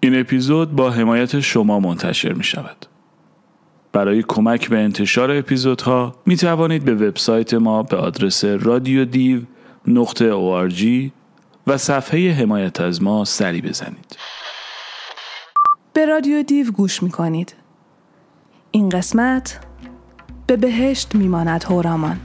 این اپیزود با حمایت شما منتشر می شود. برای کمک به انتشار اپیزودها می توانید به وبسایت ما به آدرس radiodiv.org و صفحه حمایت از ما سری بزنید. به رادیو دیو گوش می کنید. این قسمت به بهشت می ماند هورامان.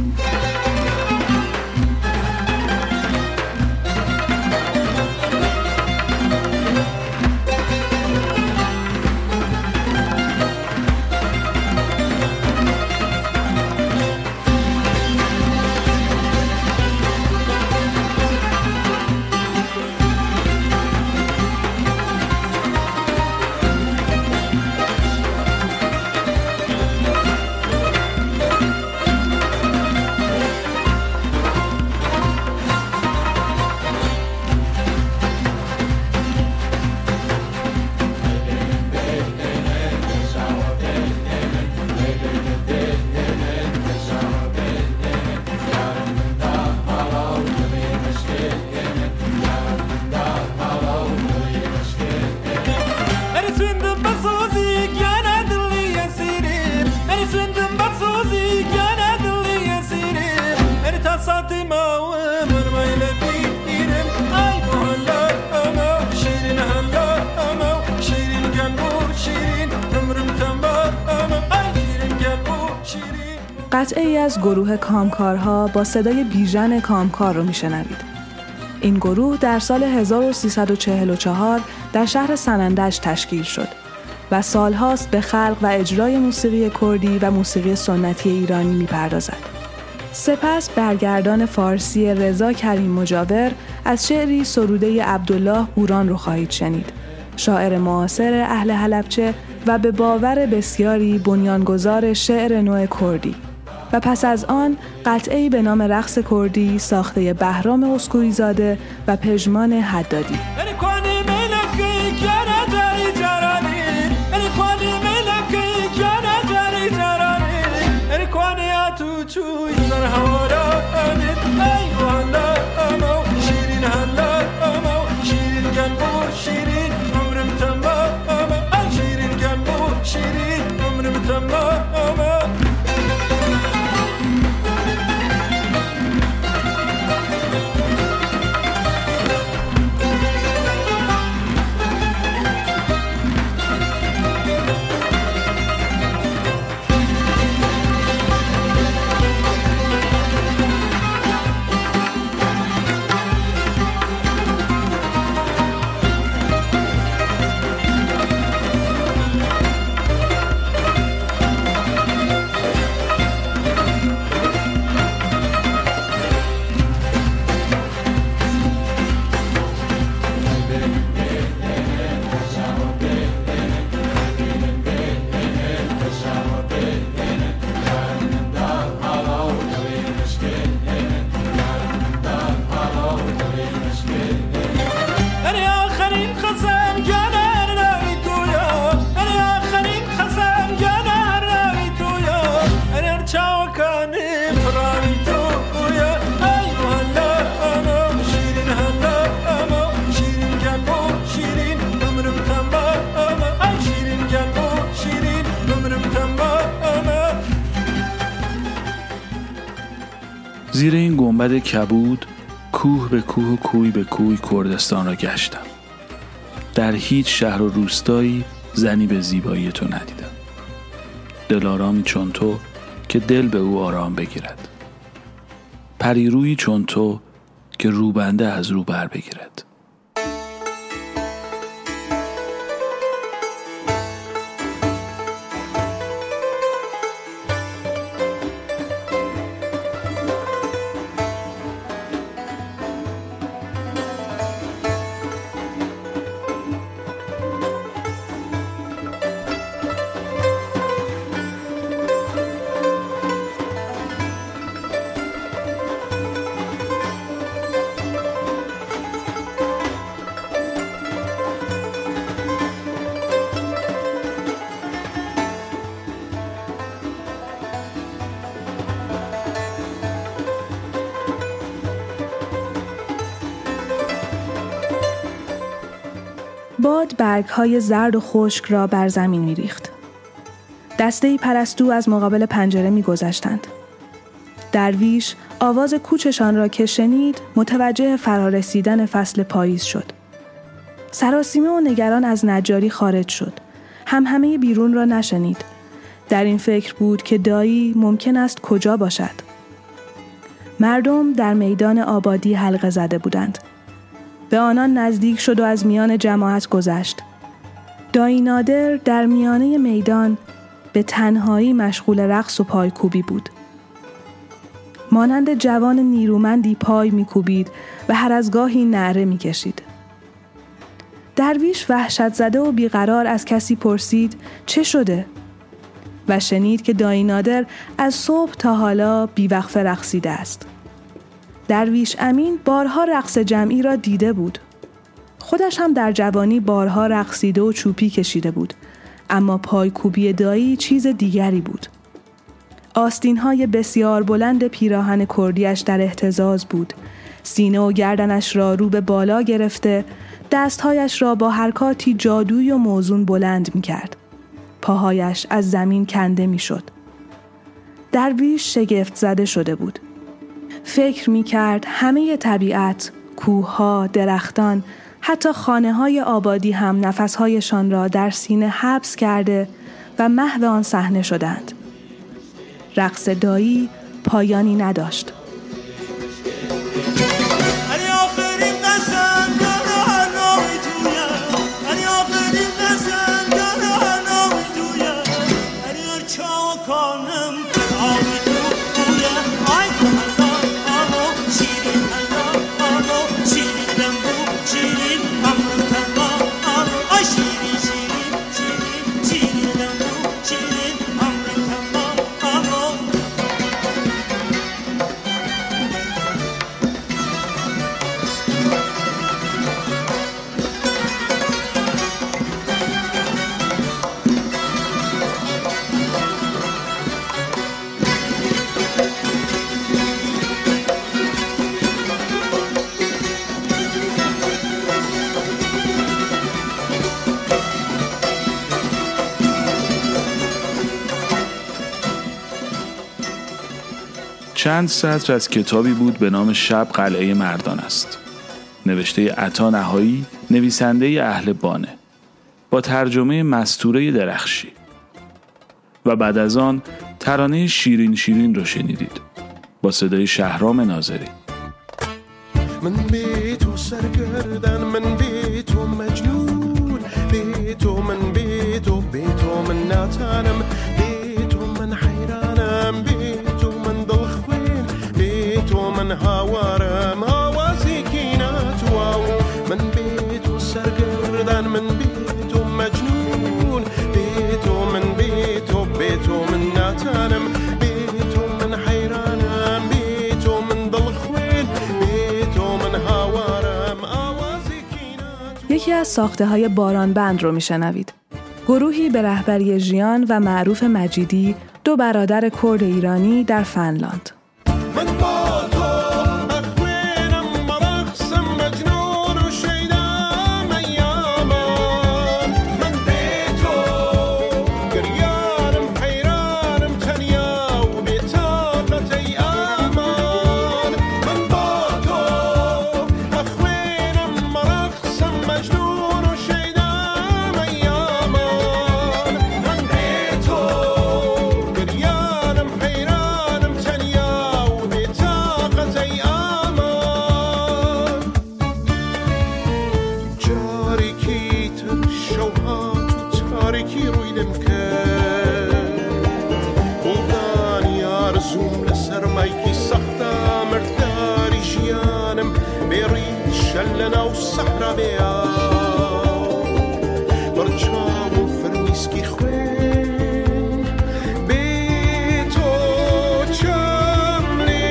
قطعه‌ای از گروه کامکارها با صدای بیژن کامکار رو میشنوید. این گروه در سال 1344 در شهر سنندج تشکیل شد و سالهاست به خلق و اجرای موسیقی کردی و موسیقی سنتی ایرانی میپردازد. سپس برگردان فارسی رضا کریم مجاور از شعری سروده عبدالله بوران رو خواهید شنید. شاعر معاصر اهل حلبچه و به باور بسیاری بنیانگذار شعر نو کردی. و پس از آن قطعه‌ای به نام رقص کردی ساخته بهرام اسکویزاده و پژمان حدادی. زیر این گنبد کبود کوه به کوه و کوی به کوی کردستان را گشتم. در هیچ شهر و روستایی زنی به زیبایی تو ندیدم. دلارامی چون تو که دل به او آرام بگیرد. پریرویی چون تو که روبنده از رو بر بگیرد. باد برگ‌های زرد و خشک را بر زمین می‌ریخت. دسته‌ای پرستو از مقابل پنجره می‌گذشتند. درویش آواز کوچشان را که شنید متوجه فرارسیدن فصل پاییز شد. سراسیمه و نگران از نجاری خارج شد. همه بیرون را نشنید. در این فکر بود که دایی ممکن است کجا باشد. مردم در میدان آبادی حلقه زده بودند. به آنان نزدیک شد و از میان جماعت گذشت. دایی نادر در میانه میدان به تنهایی مشغول رقص و پایکوبی بود. مانند جوان نیرومندی پای میکوبید و هر از گاهی نعره میکشید. درویش وحشت زده و بیقرار از کسی پرسید چه شده؟ و شنید که دایی نادر از صبح تا حالا بیوقفه رقصیده است. درویش امین بارها رقص جمعی را دیده بود. خودش هم در جوانی بارها رقصیده و چوپی کشیده بود، اما پایکوبی دایی چیز دیگری بود. آستین‌های بسیار بلند پیراهن کردیش در اهتزاز بود. سینه و گردنش را رو به بالا گرفته، دستهایش را با حرکاتی جادویی و موزون بلند می‌کرد. پاهایش از زمین کنده می‌شد. درویش شگفت زده شده بود. فکر می‌کرد همه طبیعت، کوه‌ها، درختان، حتی خانه‌های آبادی هم نفس‌هایشان را در سینه حبس کرده و محو آن صحنه شدند. رقص دایی پایانی نداشت. چند سطر از کتابی بود به نام شب قلعه مردان است، نوشته عطا نهایی، نویسنده اهل بانه، با ترجمه مستوره درخشی. و بعد از آن ترانه شیرین شیرین رو شنیدید با صدای شهرام ناظری. من بی تو سرگردن، من بی تو مجنون، بی تو من بی تو من ناتانم، بی تو من حیرانم، بی تو من دلخوین، بی تو من هاوارم، هاوازی کینات واو. من بی تو سرگردن، من بی تو مجنون، بی تو من بی تو من ناتانم، بی تو من حیرانم، بی تو من دلخوین، بی تو من هاوارم، هاوازی کینات. یکی از ساخته‌های باران بند رو میشنوید. گروهی به رهبری ژیان و معروف مجیدی، دو برادر کرد ایرانی در فنلاند. من با تو اخوینم، مرخصم، مجنون و شیدم ایامان. من بی تو گریانم، حیرانم، تنیا و بی طاقت ایامان. من با تو اخوینم، مرخصم، مجنون و شیدم ایامان. من بی تو گریانم، حیرانم، تنیا و بی طاقت ایامان. جاریکی تو شوها تو تاریکی رویدم کرد، بودانی آرزوم لسر مایکی سختا، مرداری ژیانم بری شلنا و صحرا بیا. برچاو و فرمیسکی خوین، بی تو چملی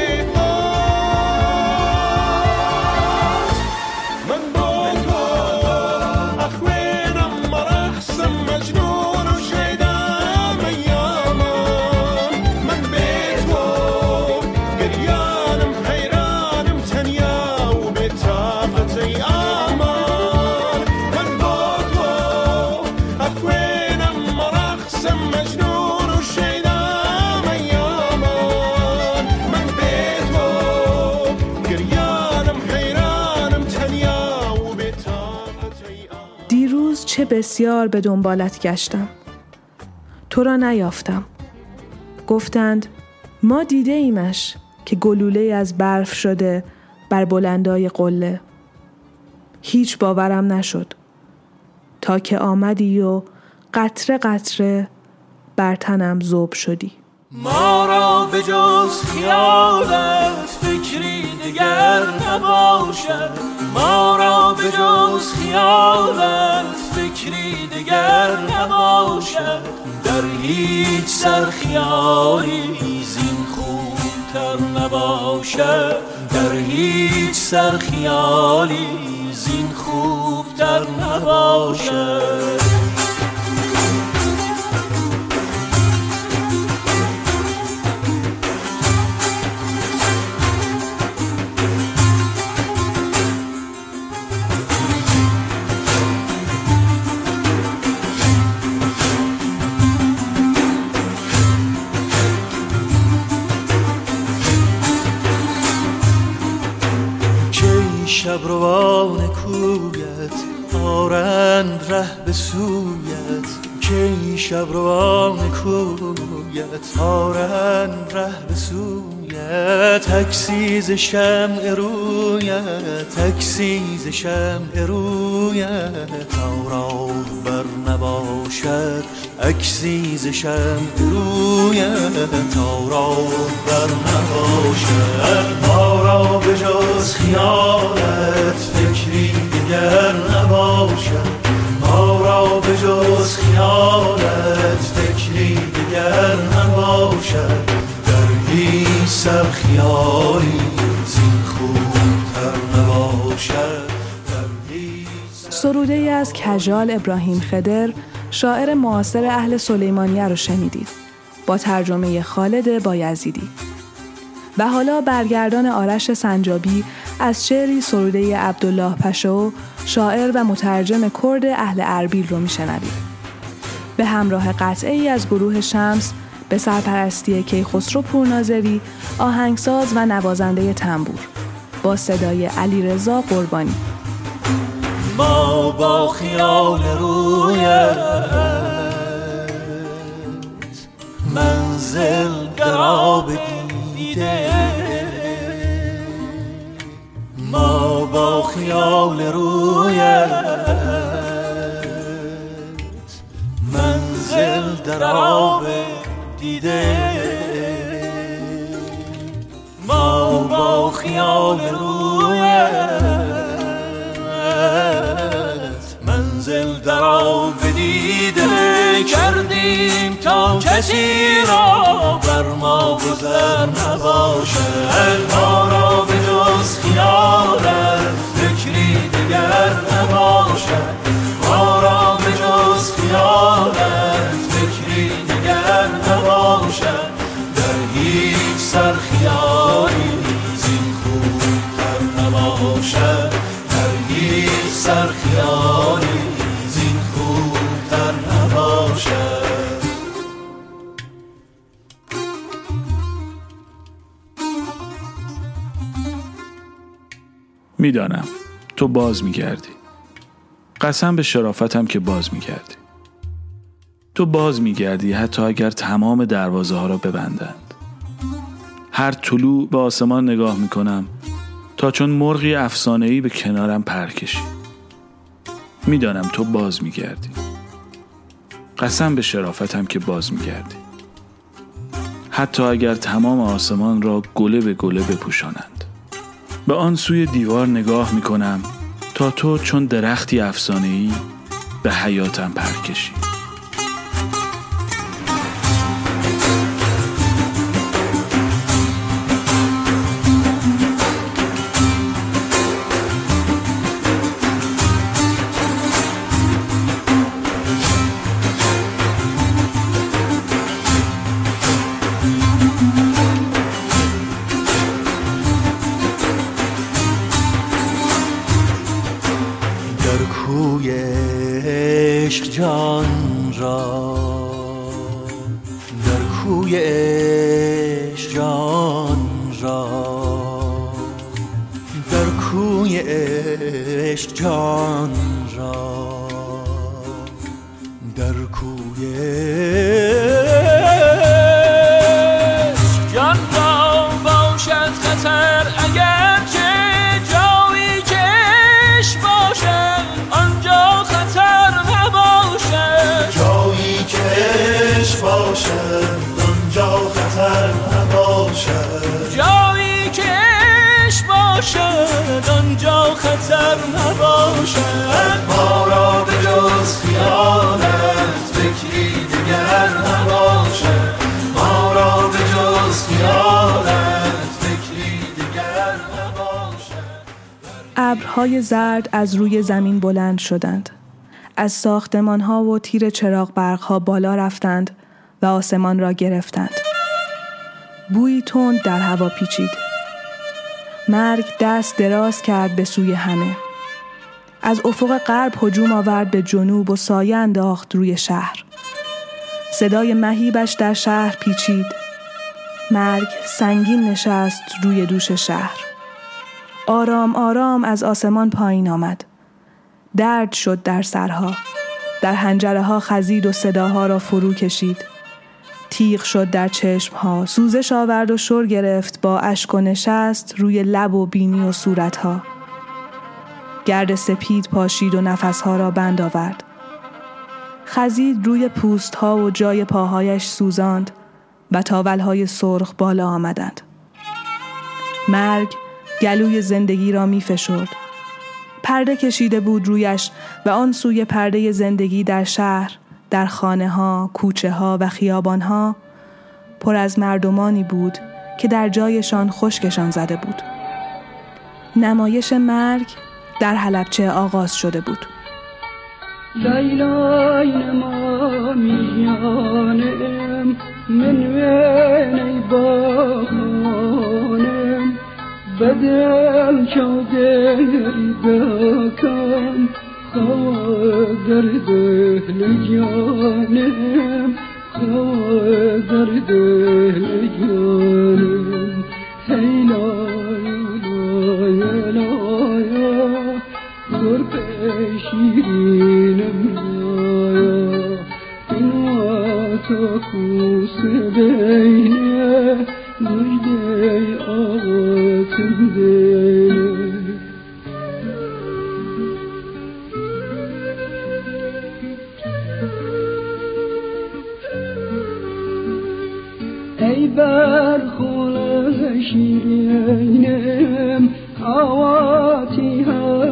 من با تو اخوینم، مرخصم، مجنون و شیدم ایامان. من بی تو گریانم، حیرانم، تنیا و بی طاقت ایامان. من روز چه بسیار به دنبالت گشتم. تو را نیافتم. گفتند ما دیده ایمش که گلوله از برف شده بر بلندای قله. هیچ باورم نشد تا که آمدی و قطره قطره بر تنم ذوب شدی. ما را به جز خیالت فکری دیگر نباشد، ما را به جز خیالت فکری دیگر نباشد، در هیچ سر خیالی زین خوبتر نباشد، در هیچ سر خیالی زین خوبتر نباشد. شبروان کویت آرند ره به سویت، که شبروان کویت آرند ره به سویت، تکسیز شمع رویت، تکسیز شمع رویت، تا راه بر نباشد اکسیز شمع رویت، تا راه بر نباشد. ما را به جز خیالت فکری دیگر نباشد، ما را به جز خیالت فکری دیگر نباشد، در هیچ سر خیالی زین خوبتر نباشد. سروده ای از کژال ابراهیم خضر، شاعر معاصر اهل سلیمانیه رو شنیدید با ترجمه خالد بایزیدی. و حالا برگردان آرش سنجابی از شعری سروده عبدالله پشو، شاعر و مترجم کرد اهل اربیل رو میشنوید. به همراه قطعه‌ای از گروه شمس به سرپرستی کیخسرو پورناظری، آهنگساز و نوازنده تنبور، با صدای علیرضا قربانی. ما با خیال رویت منزل قراب دیده، ما با خیال رویت منزل در آب دیده، ما با خیال رویت منزل در آب دیده کردیم تا کسی را بر ما گذر نباشد. ما را به جز خیالت فکری دیگر نباشد، ما را به جز خیالت فکری دیگر نباشد، در هیچ سر خیالی زین خوبتر نباشد، در هیچ سر خیالی زین خوبتر نباشد. میدانم تو باز میگردی، قسم به شرافتم که باز میگردی. تو باز میگردی حتی اگر تمام دروازه ها را ببندند. هر طلوع به آسمان نگاه میکنم تا چون مرغی افسانه‌ای به کنارم پر کشی. میدانم تو باز میگردی، قسم به شرافتم که باز میگردی، حتی اگر تمام آسمان را گله به گله بپوشانند. به آن سوی دیوار نگاه میکنم تا تو چون درختی افسانه‌ای به حیاتم پر کشی. جان را در کوی عشق جان را، در کوی عشق جان را، جان را باشد خطر اگر چه جایی کش باشد آنجا خطر نباشد جایی کش باشد آنجا خطر نباشد جایی کش باشد آنجا خطر نباشد ما را به جز خیالت فکری دیگر نباشد ما را به جز خیالت فکری دیگر نباشد. ابرهای زرد از روی زمین بلند شدند. از ساختمان‌ها و تیر چراغ برق‌ها بالا رفتند و آسمان را گرفتند. بویی تند در هوا پیچید. مرگ دست دراز کرد به سوی همه. از افق غرب هجوم آورد به جنوب و سایه انداخت روی شهر. صدای مهیبش در شهر پیچید. مرگ سنگین نشست روی دوش شهر. آرام آرام از آسمان پایین آمد. درد شد در سرها. در حنجره ها خزید و صداها را فرو کشید. تیغ شد در چشمها. سوزش آورد و شور گرفت با اشک و نشست روی لب و بینی و صورتها. گرد سپید پاشید و نفسها را بند آورد. خزید روی پوستها و جای پاهایش سوزاند و تاولهای سرخ بالا آمدند. مرگ گلوی زندگی را می فشرد. پرده کشیده بود رویش و آن سوی پرده زندگی در شهر، در خانه ها، کوچه ها و خیابان ها پر از مردمانی بود که در جایشان خشکشان زده بود. نمایش مرگ در حلبچه آغاز شده بود. لیلای نما میانم من وینی باخانم بدل چودری بکن خواه در دهل جانم خواه در دهل جانم هیلای لای لای گرب شیرینم لایا این واسا کوس بینه مجده آغاتم دینه ای برخونه شیرینم حواتی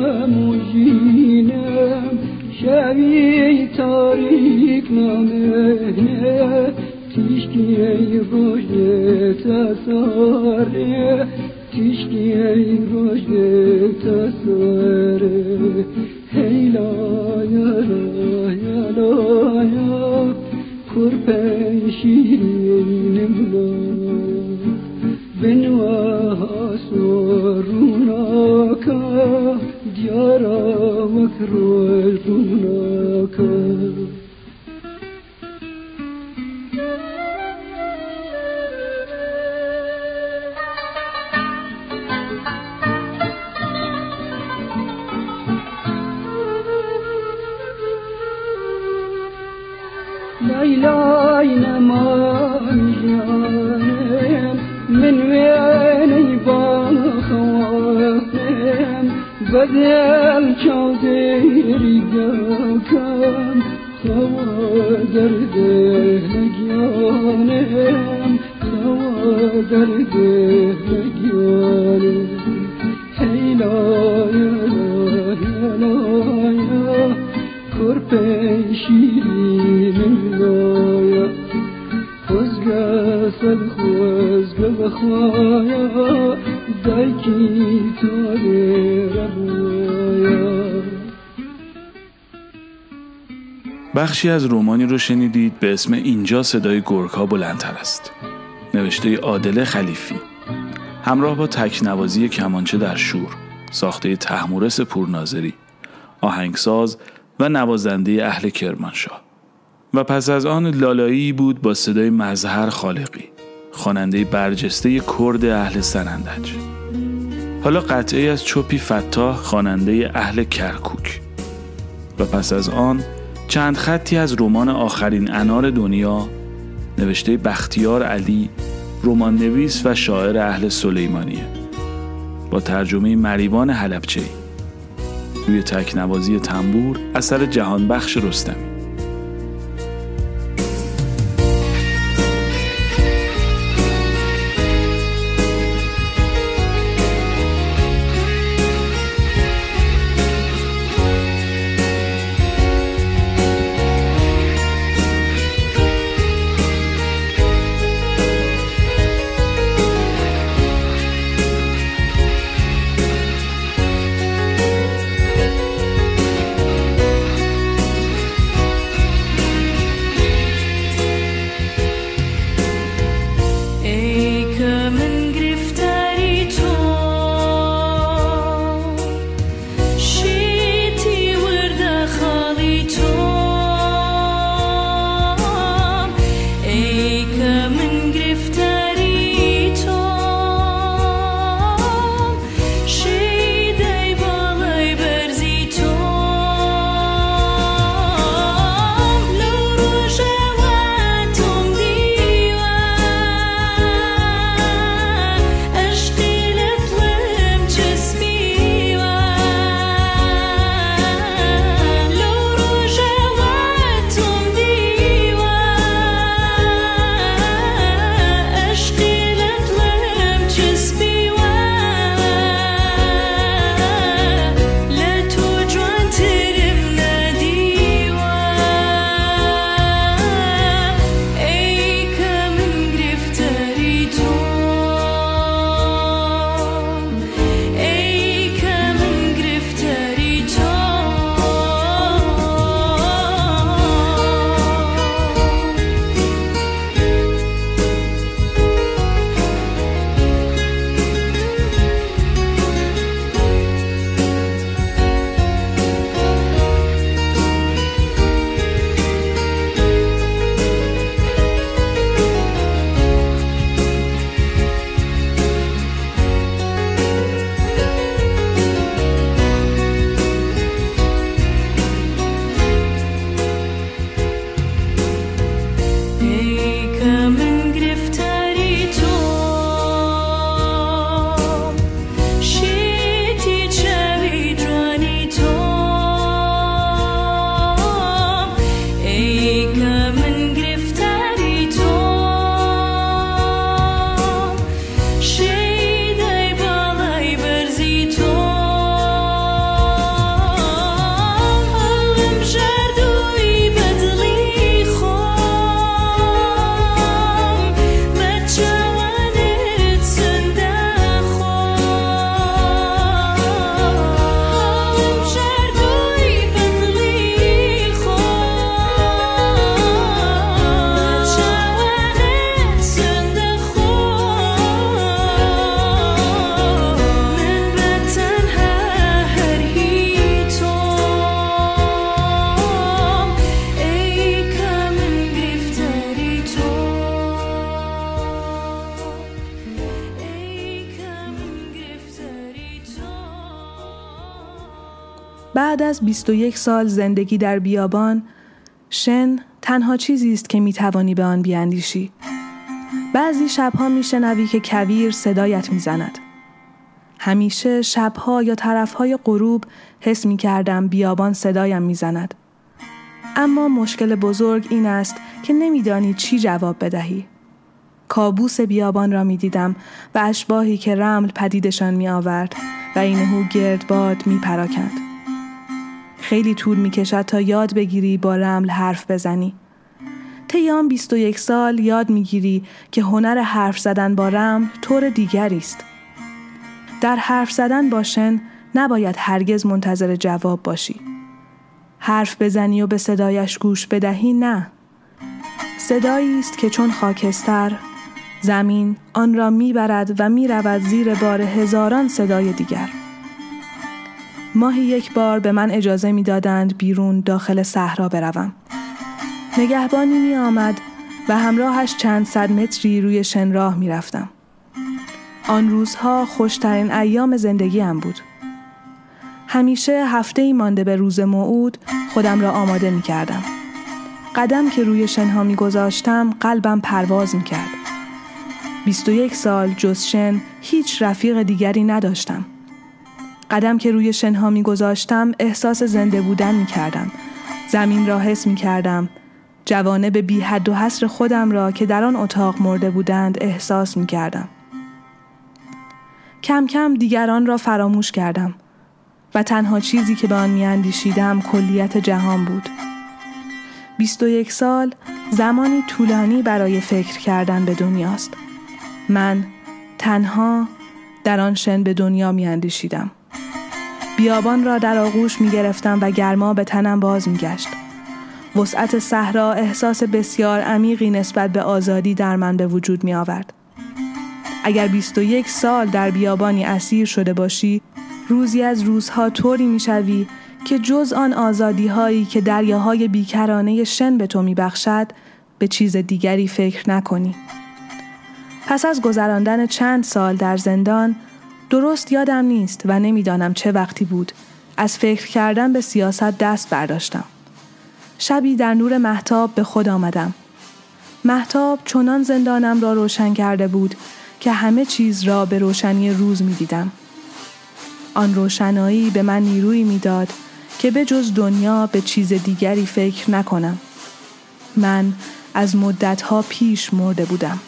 هموجینم شبی تاریک نامه تشکی ای روش تصاره تشکی ای روش تصاره هیلایا لایا لایا کرپی شیرینم لایا بنوها سروناکا دیارا مکروی روناکا لیلای نمای جانم من وینی باخوانم بدل چودری بکن خواه در دهل جانم خواه در دهل جانم هیلای لای لای کرپی شیرینم لایا خوزگه سد خوزگه بخوایا دایکی تاله ربوایا. بخشی از رمانی رو شنیدید به اسم اینجا صدای گرگ‌ها بلندتر است، نوشته عادل خلیفی، همراه با تکنوازی کمانچه در شور، ساخته طهمورث پورناظری، آهنگساز و نوازنده اهل کرمانشاه. و پس از آن لالایی بود با صدای مظهر خالقی، خواننده برجسته کرد اهل سنندج. حالا قطعه از چوپی فتاح، خواننده اهل کرکوک. و پس از آن چند خطی از رمان آخرین انار دنیا نوشته بختیار علی، رمان نویس و شاعر اهل سلیمانیه، با ترجمه مریوان حلبچه‌ای، روی تکنوازی تنبور اثر جهانبخش رستمی. بعد از 21 سال زندگی در بیابان، شن تنها چیزی است که میتوانی به آن بیاندیشی. بعضی شبها میشنوی که کویر صدایت میزند. همیشه شبها یا طرفهای غروب حس میکردم بیابان صدایم میزند. اما مشکل بزرگ این است که نمیدانی چی جواب بدهی. کابوس بیابان را میدیدم و اشباحی که رمل پدیدشان میآورد و اینهو گردباد میپراکند. خیلی طول میکشد تا یاد بگیری با رمل حرف بزنی. طی آن 21 سال یاد میگیری که هنر حرف زدن با رمل طور دیگری است. در حرف زدن با شن نباید هرگز منتظر جواب باشی. حرف بزنی و به صدایش گوش بدهی نه. صدایی است که چون خاکستر، زمین آن را میبرد و میرود زیر بار هزاران صدای دیگر. ماهی یک بار به من اجازه میدادند بیرون داخل صحرا بروم. نگهبانی می آمد و همراهش چند صد متری روی شن راه می رفتم. آن روزها خوشترین ایام زندگیم بود. همیشه هفته‌ای مانده به روز موعود خودم را آماده می کردم. قدم که روی شنها می گذاشتم قلبم پرواز می کرد. 21 سال جز شن هیچ رفیق دیگری نداشتم. قدم که روی شنها می گذاشتم احساس زنده بودن می کردم. زمین را حس می کردم. جوانب بی حد و حصر خودم را که در آن اتاق مرده بودند احساس می کردم. کم کم دیگران را فراموش کردم و تنها چیزی که به آن می اندیشیدم کلیت جهان بود. 21 سال زمانی طولانی برای فکر کردن به دنیاست. من تنها در آن شن به دنیا می اندیشیدم. بیابان را در آغوش می گرفتم و گرما به تنم باز می گشت. وسعت صحرا احساس بسیار عمیقی نسبت به آزادی در من به وجود می آورد. اگر 21 سال در بیابانی اسیر شده باشی، روزی از روزها طوری می شوی که جز آن آزادی هایی که دریاهای بیکرانه شن به تو می بخشد، به چیز دیگری فکر نکنی. پس از گذراندن چند سال در زندان، درست یادم نیست و نمیدانم چه وقتی بود، از فکر کردن به سیاست دست برداشتم. شبی در نور مهتاب به خود آمدم. مهتاب چنان زندانم را روشن کرده بود که همه چیز را به روشنی روز می دیدم. آن روشنایی به من نیرویی می داد که به جز دنیا به چیز دیگری فکر نکنم. من از مدتها پیش مرده بودم.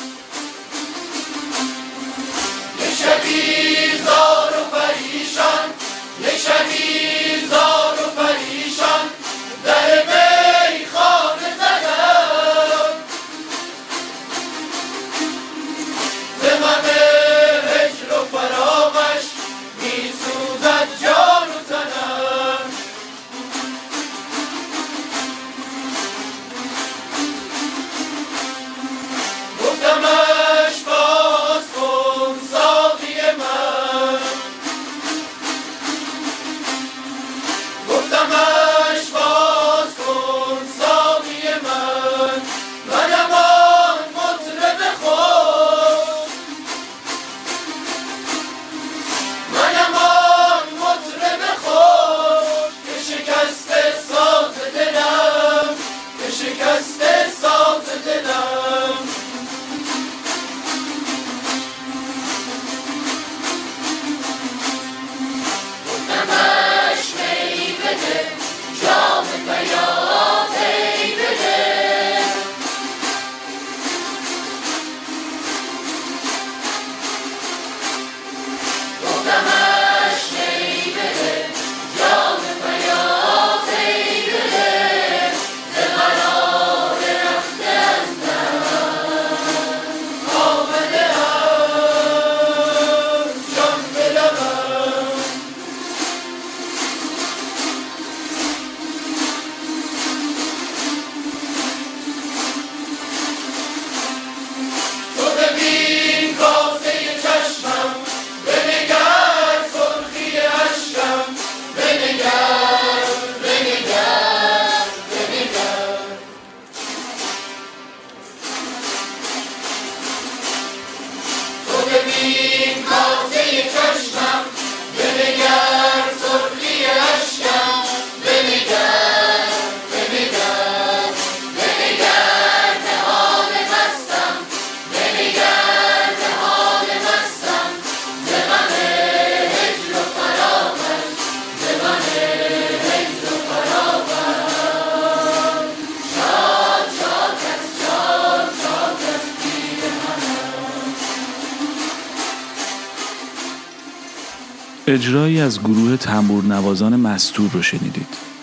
اجرایی از گروه تنبورنوازان مستور رو شنیدید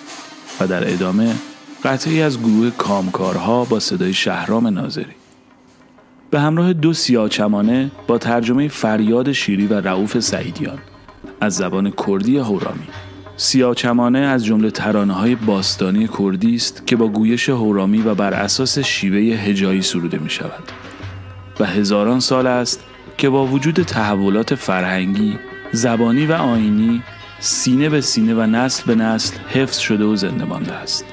و در ادامه قطعی از گروه کامکارها با صدای شهرام ناظری به همراه 2 سیاهچمانه با ترجمه فریاد شیری و رؤوف سعیدیان از زبان کردی هورامی. سیاهچمانه از جمله ترانه‌های باستانی کردی است که با گویش هورامی و بر اساس شیوه هجایی سروده می شود و هزاران سال است که با وجود تحولات فرهنگی، زبانی و آیینی سینه به سینه و نسل به نسل حفظ شده و زنده مانده است.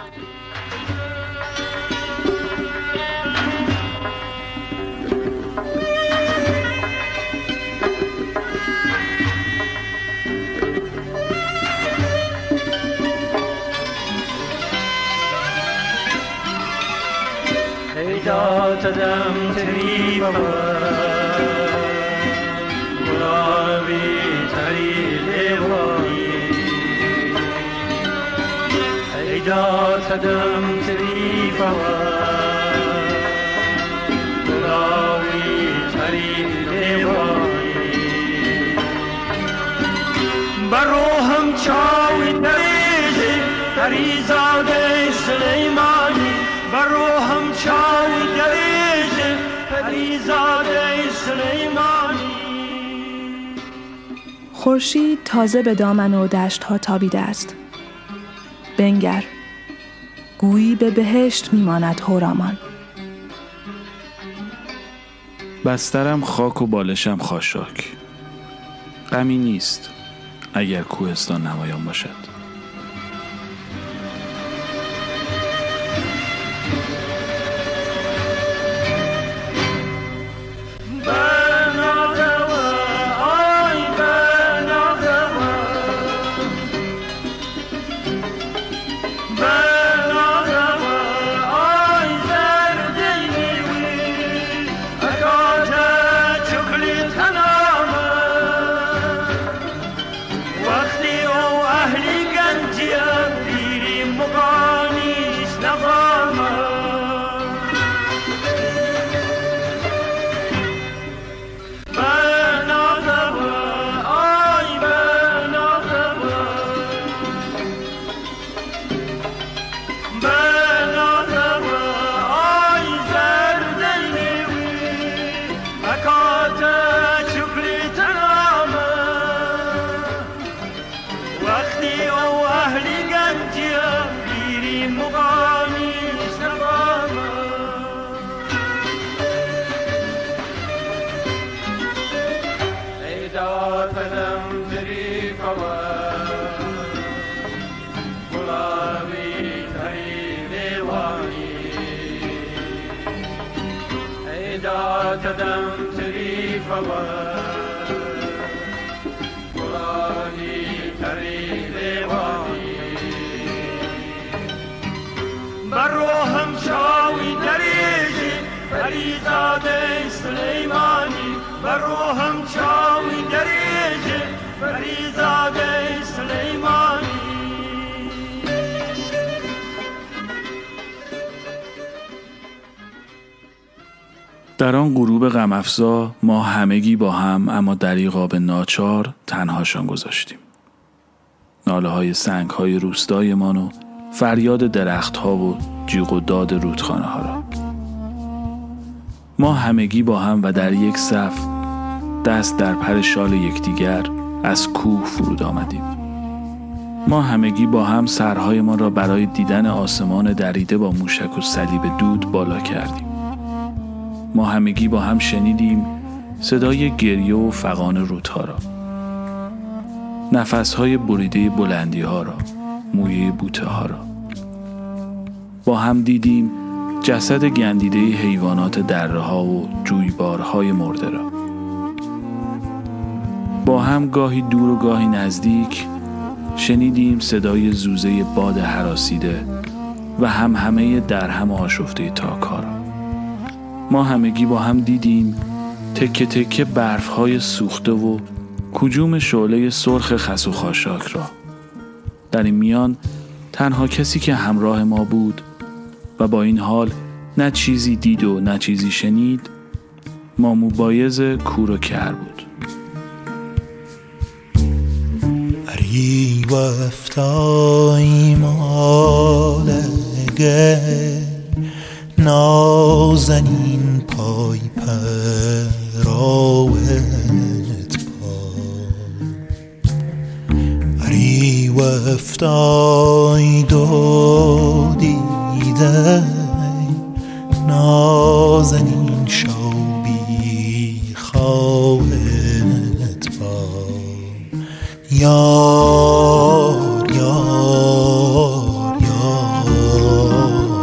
دادم تریبم گلابی تری لوایی ای دادم تریبم گلابی تری لوایی بر روحم چاوی دریجی پریزاده سلیمانی بر روحم چاوی دریجی پریزاده سلیمانی. خورشید تازه به دامن و دشت ها تابیده است. بنگر، گویی به بهشت میماند هورامان. بسترم خاک و بالشم خاشاک. غمی نیست اگر کوهستان نمایان باشد. بر روحم چاوی دریجی پریزاده سلیمانی بر روحم چاوی دریجی پریزاده سلیمانی. در آن غروب غم افزا ما همگی با هم اما دریغا به ناچار تنهاشان گذاشتیم. ناله های سنگ های روستایمان و فریاد درخت ها و جیغ و داد رودخانه ها را. ما همگی با هم و در یک صف دست در پر شال یکدیگر از کوه فرود آمدیم. ما همگی با هم سرهایمان را برای دیدن آسمان دریده با موشک و صلیب دود بالا کردیم. ما همگی با هم شنیدیم صدای گریه و فغان رودها را، نفسهای بریده بلندی ها را، مویه بوته ها را. با هم دیدیم جسد گندیده حیوانات دره ها و جویبارهای مرده را. با هم گاهی دور و گاهی نزدیک شنیدیم صدای زوزه باد هراسیده و همهمه درهم آشفته تاک ها را. ما همگی با هم دیدیم تکه تکه برف‌های سوخته و کجوم شعله سرخ خس و خاشاک را. در این میان تنها کسی که همراه ما بود و با این حال نه چیزی دید و نه چیزی شنید ماموبایز کور و کر بود. اری وفتای مالگه نازنین پای پراوت پا اری وفتای دو دیده نازنین شوبی خواهت پا یار یار یار یار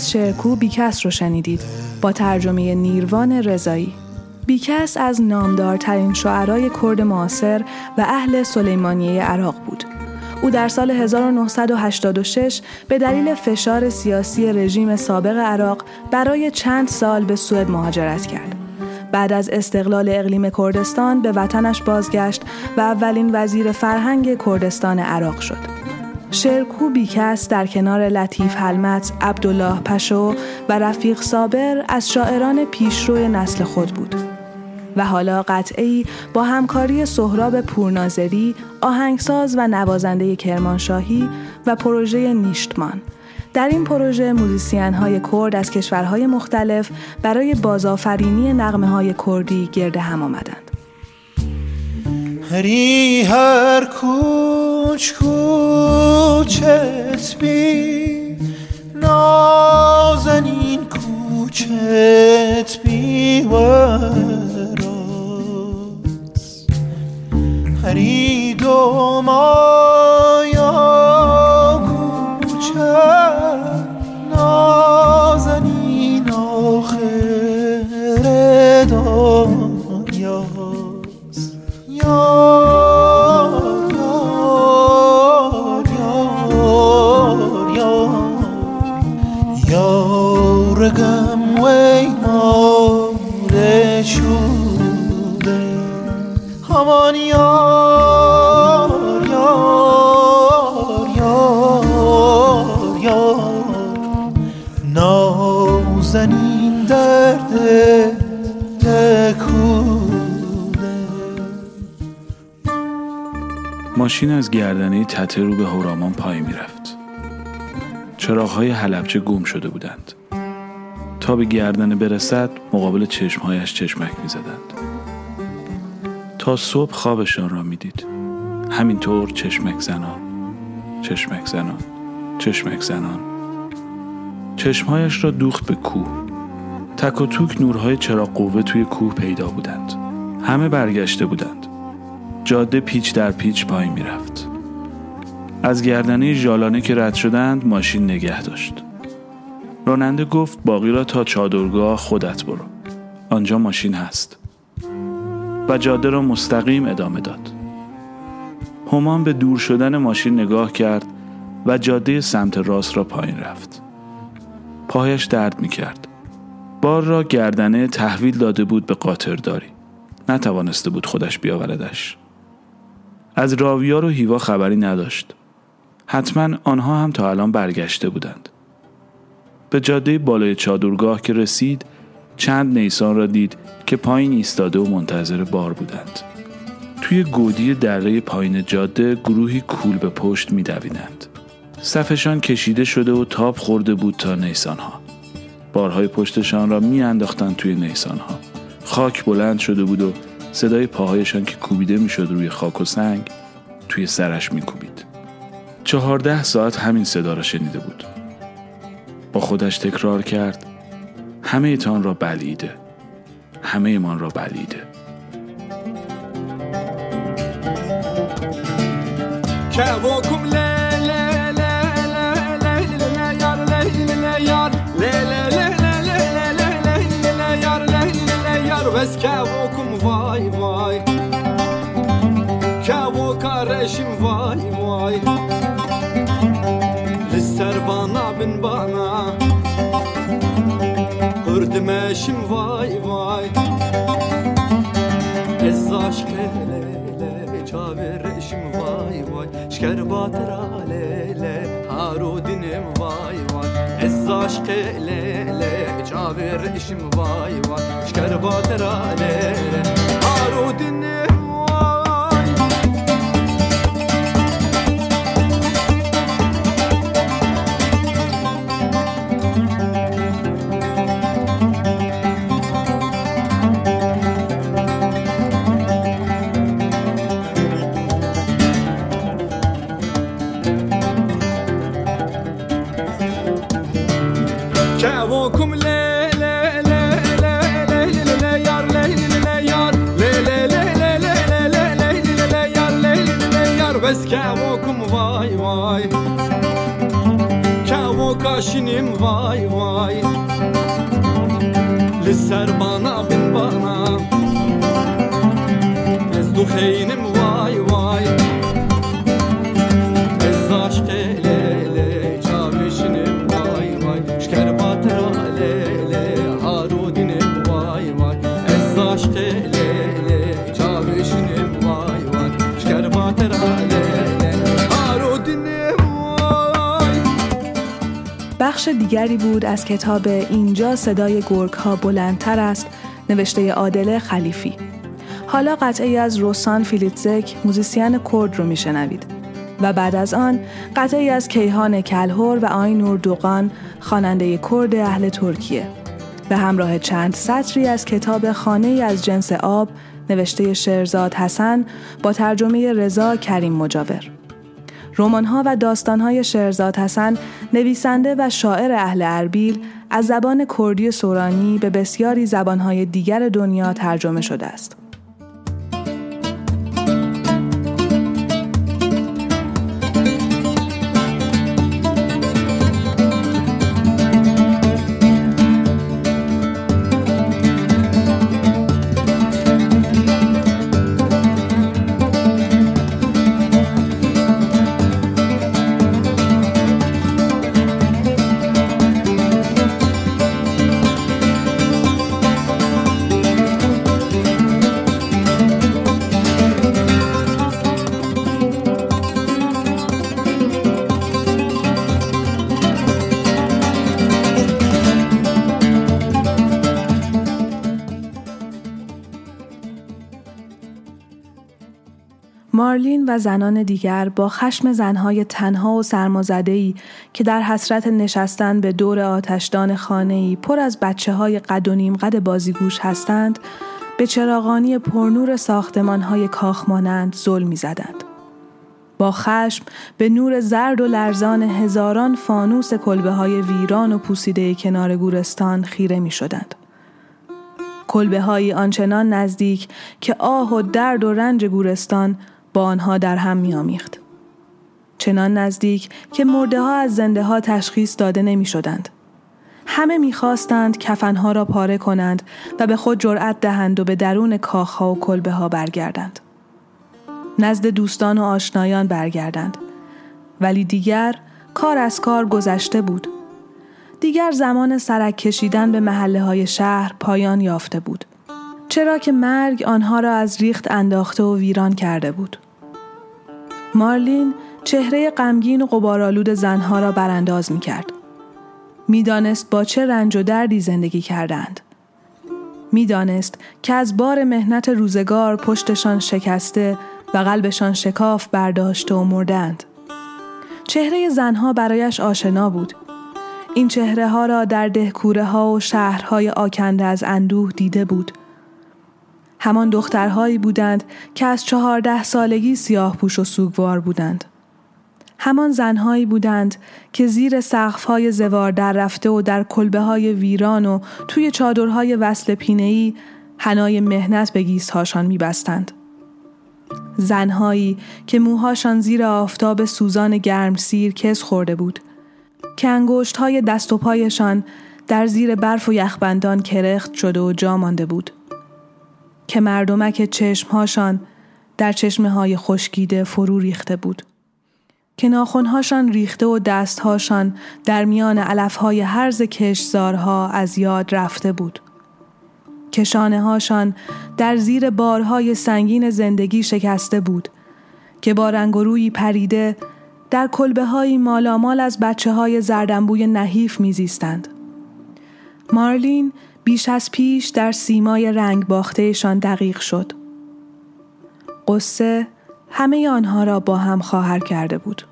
از شعرکو بیکس رو شنیدید با ترجمه نیروان رضایی. بیکس از نامدارترین شاعرای کرد معاصر و اهل سلیمانیه عراق بود. او در سال 1986 به دلیل فشار سیاسی رژیم سابق عراق برای چند سال به سوئد مهاجرت کرد. بعد از استقلال اقلیم کردستان به وطنش بازگشت و اولین وزیر فرهنگ کردستان عراق شد. شعرکو بیکس در کنار لطیف حلمت، عبدالله پشو و رفیق صابر از شاعران پیشرو نسل خود بود. و حالا قطعه‌ای با همکاری سهراب پورناظری، آهنگساز و نوازنده کرمانشاهی و پروژه نیشتمان. در این پروژه موزیسین‌های کرد از کشورهای مختلف برای بازآفرینی نغمه‌های کردی گرد هم آمدند. هری هر کوچ کوچت بی نازنین کوچت بی وراست هری دو مایا کوچت نازنین آخر دنیاست یارگم وی ماده شده همان یار یار یار یار نازنین درد لکوده. ماشین از گردنه تته رو به هورامان پایین میرفت. چراغ‌های حلبچه گم شده بودند. تا به گردنه برسد مقابل چشمهایش چشمک می‌زدند. تا صبح خوابشان را می‌دید. همینطور چشمک زنان، چشمک زنان، چشمک زنان. چشمهایش را دوخت به کوه. تک و توک نورهای چراغ قوه توی کوه پیدا بودند. همه برگشته بودند. جاده پیچ در پیچ پایین می‌رفت. از گردنه ژالانه که رد شدند ماشین نگه داشت. راننده گفت باقی را تا چادرگاه خودت برو. آنجا ماشین هست. و جاده را مستقیم ادامه داد. هومان به دور شدن ماشین نگاه کرد و جاده سمت راست را پایین رفت. پاهایش درد می کرد. بار را گردنه تحویل داده بود به قاطرداری. نتوانسته بود خودش بیاوردش. از راویار و هیوا خبری نداشت. حتما آنها هم تا الان برگشته بودند. به جاده بالای چادرگاه که رسید چند نیسان را دید که پایین ایستاده و منتظر بار بودند. توی گودی دره پایین جاده گروهی کول به پشت می دویدند. صفشان کشیده شده و تاب خورده بود تا نیسانها. بارهای پشتشان را می انداختند توی نیسانها. خاک بلند شده بود و صدای پاهایشان که کوبیده می شد روی خاک و سنگ توی سرش می کوبید. 14 ساعت همین صدا را شنیده بود. با خودش تکرار کرد همه ایتان را بلیده، همه ایمان را بلیده. کبوکم لا لا لا لا لا لا یار لا لا یار لا لا لا لا لا لا یار لا لا یار بس کبوکم وای وای کبوکارشم وای وای لسر بانا بن بانا هردمشم وای وای از عشق لیله چاورشم وای وای شکر باترا لیله هارو دینم وای وای از عشق لیله چاورشم وای وای شکر باترا لیله هارو دینم كابوكم لا لا لا لا لا لا يار لا لا يار لا لا لا لا لا لا لا يار لا لا يار بس كابوكم واي واي كابوك kaşinim vay vay Lisser bana bin bana Ez duheynim vay vay Ez aşk elele çavişinim vay vay Şker batıra lele harudinim vay vay Ez aşk elele çavişinim vay vay Şker batıra lele harudinim vay. بخش دیگری بود از کتاب اینجا صدای گرگ‌ها بلندتر است نوشته عادل خلیفی. حالا قطعی از روسان فیلیتزک موزیسین کرد رو میشنوید و بعد از آن قطعی از کیهان کلهر و آینور دوغان خواننده کرد اهل ترکیه به همراه چند سطری از کتاب خانه‌ای از جنس آب نوشته شهرزاد حسن با ترجمه رضا کریم مجاور. رمان‌ها و داستان‌های شهرزاد حسن نویسنده و شاعر اهل اربیل از زبان کردی سورانی به بسیاری زبان‌های دیگر دنیا ترجمه شده است. مارلین و زنان دیگر با خشم زنهای تنها و سرمازده‌ای که در حسرت نشستن به دور آتشدان خانه‌ای پر از بچه‌های قد و نیم قد بازیگوش هستند، به چراغانی پرنور ساختمان‌های کاخمانند ظلم می‌زدند. با خشم به نور زرد و لرزان هزاران فانوس کلبه‌های ویران و پوسیده کنار گورستان خیره می‌شدند. کلبه‌هایی آنچنان نزدیک که آه و درد و رنج گورستان با آنها در هم می‌آمیخت. چنان نزدیک که مرده‌ها از زنده‌ها تشخیص داده نمی‌شدند. همه می‌خواستند کفن‌ها را پاره کنند و به خود جرأت دهند و به درون کاخ‌ها و کلبه‌ها برگردند. نزد دوستان و آشنایان برگردند. ولی دیگر کار از کار گذشته بود. دیگر زمان سرک کشیدن به محله‌های شهر پایان یافته بود. چرا که مرگ آنها را از ریخت انداخته و ویران کرده بود. مارلین چهره غمگین و غبارآلود زنها را برانداز می‌کرد. می‌دانست با چه رنج و دردی زندگی کردند. می‌دانست که از بار مهنت روزگار پشتشان شکسته و قلبشان شکاف برداشته و مردند. چهره زنها برایش آشنا بود. این چهره‌ها را در دهکوره‌ها و شهرهای آکنده از اندوه دیده بود. همان دخترهایی بودند که از 14 سالگی سیاه پوش و سوگوار بودند. همان زنهایی بودند که زیر سقف‌های زوار در رفته و در کلبه‌های ویران و توی چادرهای وصل پینه‌ای حنای مهنت به گیس‌هاشان می‌بستند. زنهایی که موهاشان زیر آفتاب سوزان گرمسیر کز خورده بود، که انگشت‌های دست و پایشان در زیر برف و یخبندان کرخت شده و جا مانده بود، که مردمک چشمهاشان در چشمه‌های خشکیده فرو ریخته بود، که ناخن‌هاشان ریخته و دستهاشان در میان علف‌های هرز کشتزارها از یاد رفته بود، که شانه‌هاشان در زیر بارهای سنگین زندگی شکسته بود، که با رنگ و رویی پریده در کلبه‌های مالامال از بچه‌های زردنبوی نحیف میزیستند. مارلین بیش از پیش در سیمای رنگ باخته‌شان دقیق شد. قصه همه آنها را با هم خواهر کرده بود.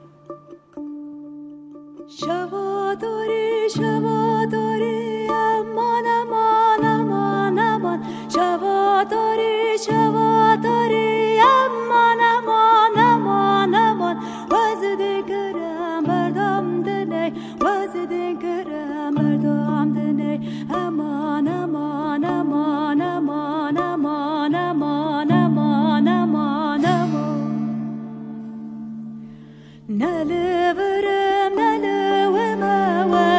شواداری امان امان امان امان شواداری امان امان امان امان وزدی کرم بردم دنی وزدی کرم بردم دنی امان امان امان امان امان امان امان امان امان نلورم نلوم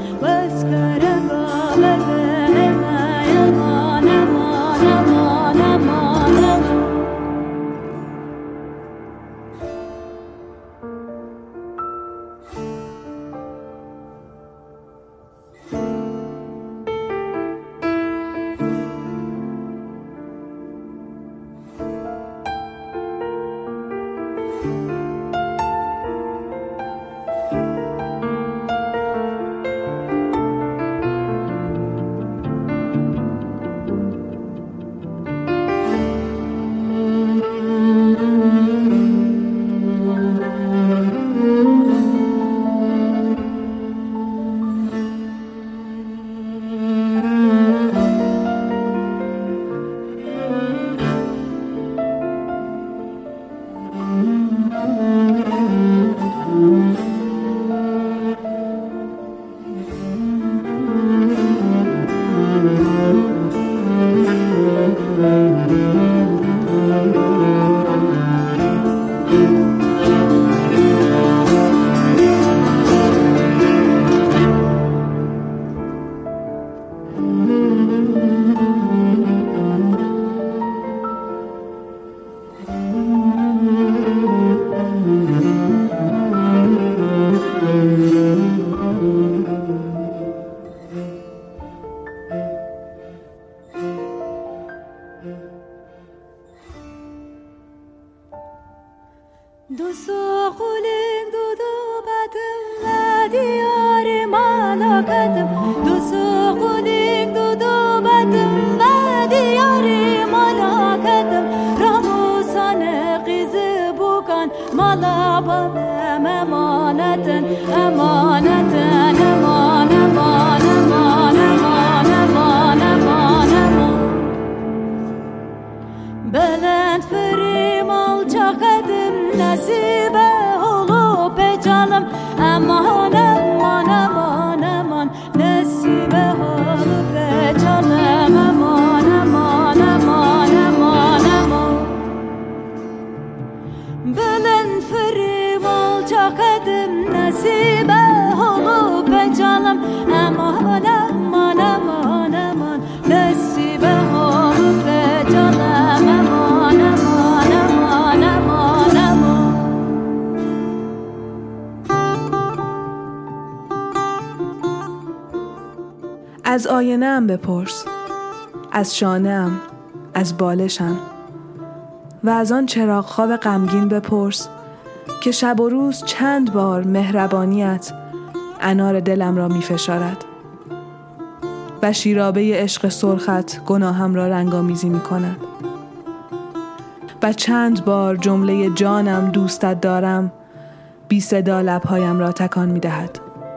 دو ساقولیم دو بدم و دیار ملاکتم دو ساقولیم دو بدم و دیار ملاکتم راموسان قیز بوکن مالا بابم امانتن امانتن امان امان امان امان امان امان امان بلند فریم alçakadım nasibe olup canım aman aman aman aman nasibe olup canım aman aman aman aman aman belen ferim alçakadım nasibe olup canım aman aman aman aman nasibe olup canım aman aman aman aman aman از آینه‌ام بپرس، از شانه‌ام، از بالشم و از آن چراغ خواب غمگین بپرس که شب و روز چند بار مهربانیت انار دلم را می فشارد و شیرابه عشق سرخت گناهم را رنگامیزی می کند و چند بار جمله جانم دوستت دارم بی صدا لبهایم را تکان می دهد.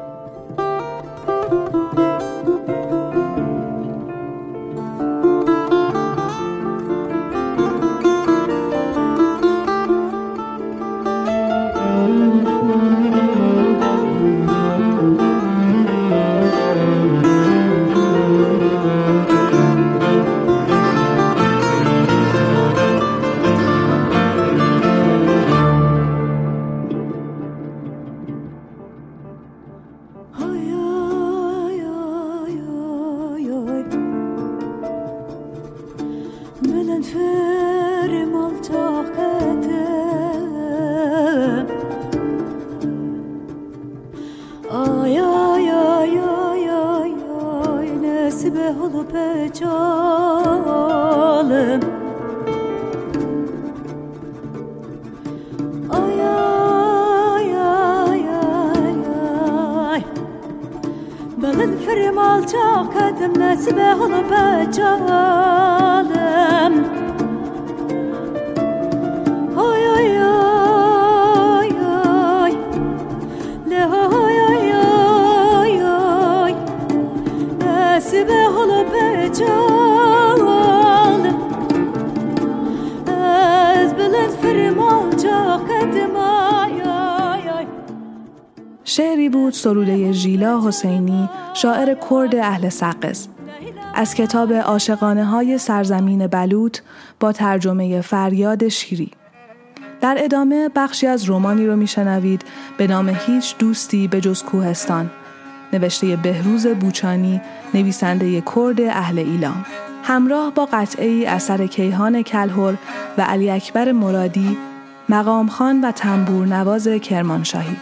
شعری بود سروده ژیلا حسینی، شاعر کرد اهل سقز، از کتاب عاشقانه‌های سرزمین بلوط با ترجمه فریاد شیری. در ادامه بخشی از رمانی رو میشنوید به نام هیچ دوستی به جز کوهستان، نوشته بهروز بوچانی، نویسنده کرد اهل ایلام، همراه با قطعه‌ای اثر کیهان کلهر و علی اکبر مرادی، مقام خان و تنبور نواز کرمانشاهی.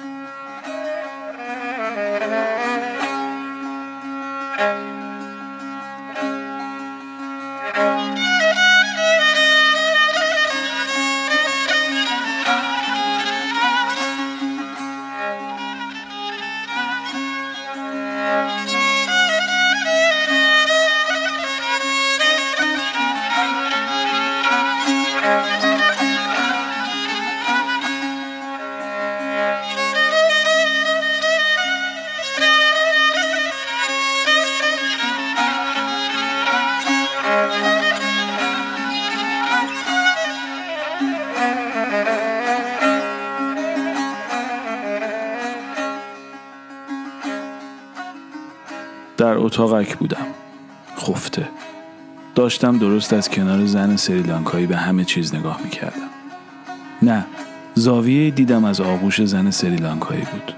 در اتاقک بودم، خفته. داشتم درست از کنار زن سریلانکایی به همه چیز نگاه میکردم. نه، زاویه دیدم از آغوش زن سریلانکایی بود.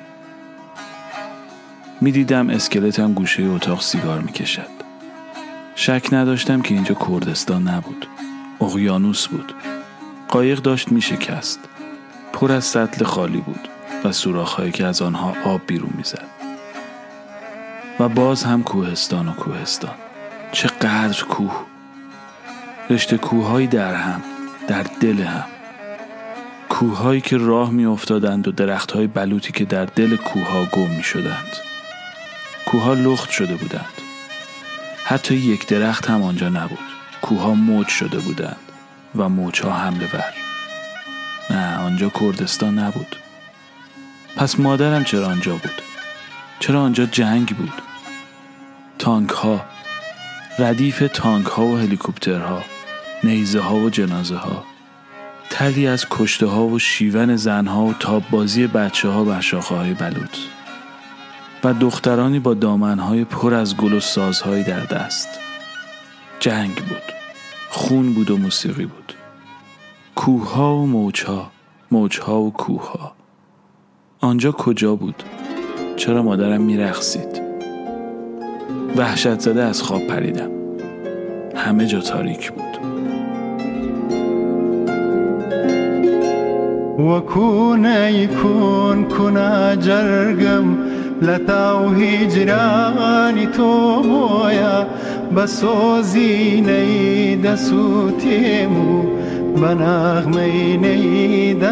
میدیدم اسکلتم گوشه اتاق سیگار میکشد. شک نداشتم که اینجا کردستان نبود، اقیانوس بود. قایق داشت میشکست، پر از سطل خالی بود و سوراخ‌هایی که از آنها آب بیرون میزد. و باز هم کوهستان و کوهستان. چقدر کوه، رشته کوه‌هایی در هم، در دل هم. کوه‌هایی که راه می افتادند و درخت‌های بلوطی که در دل کوه‌ها گم می شدند. کوه‌ها لخت شده بودند. حتی یک درخت هم آنجا نبود. کوه‌ها موج شده بودند و موج‌ها حمله ور. نه، آنجا کردستان نبود. پس مادرم چرا آنجا بود؟ چرا آنجا جنگ بود؟ تانک ها، ردیف تانک ها و هلیکوپترها، نیزه ها و جنازه ها، تلی از کشته ها و شیون زن ها و تاب بازی بچه ها بر شاخه های بلوط و دخترانی با دامن های پر از گل و سازهایی در دست. جنگ بود، خون بود و موسیقی بود. کوه ها و موج ها، موج ها و کوه ها. آنجا کجا بود؟ چرا مادرم میرقصید؟ وحشت زده از خواب پریدم. همه جا تاریک بود. وكون يكون كنا جرقم لتاو هجراني توبويا بسوزي نيد سوتيمو بنغمي نيد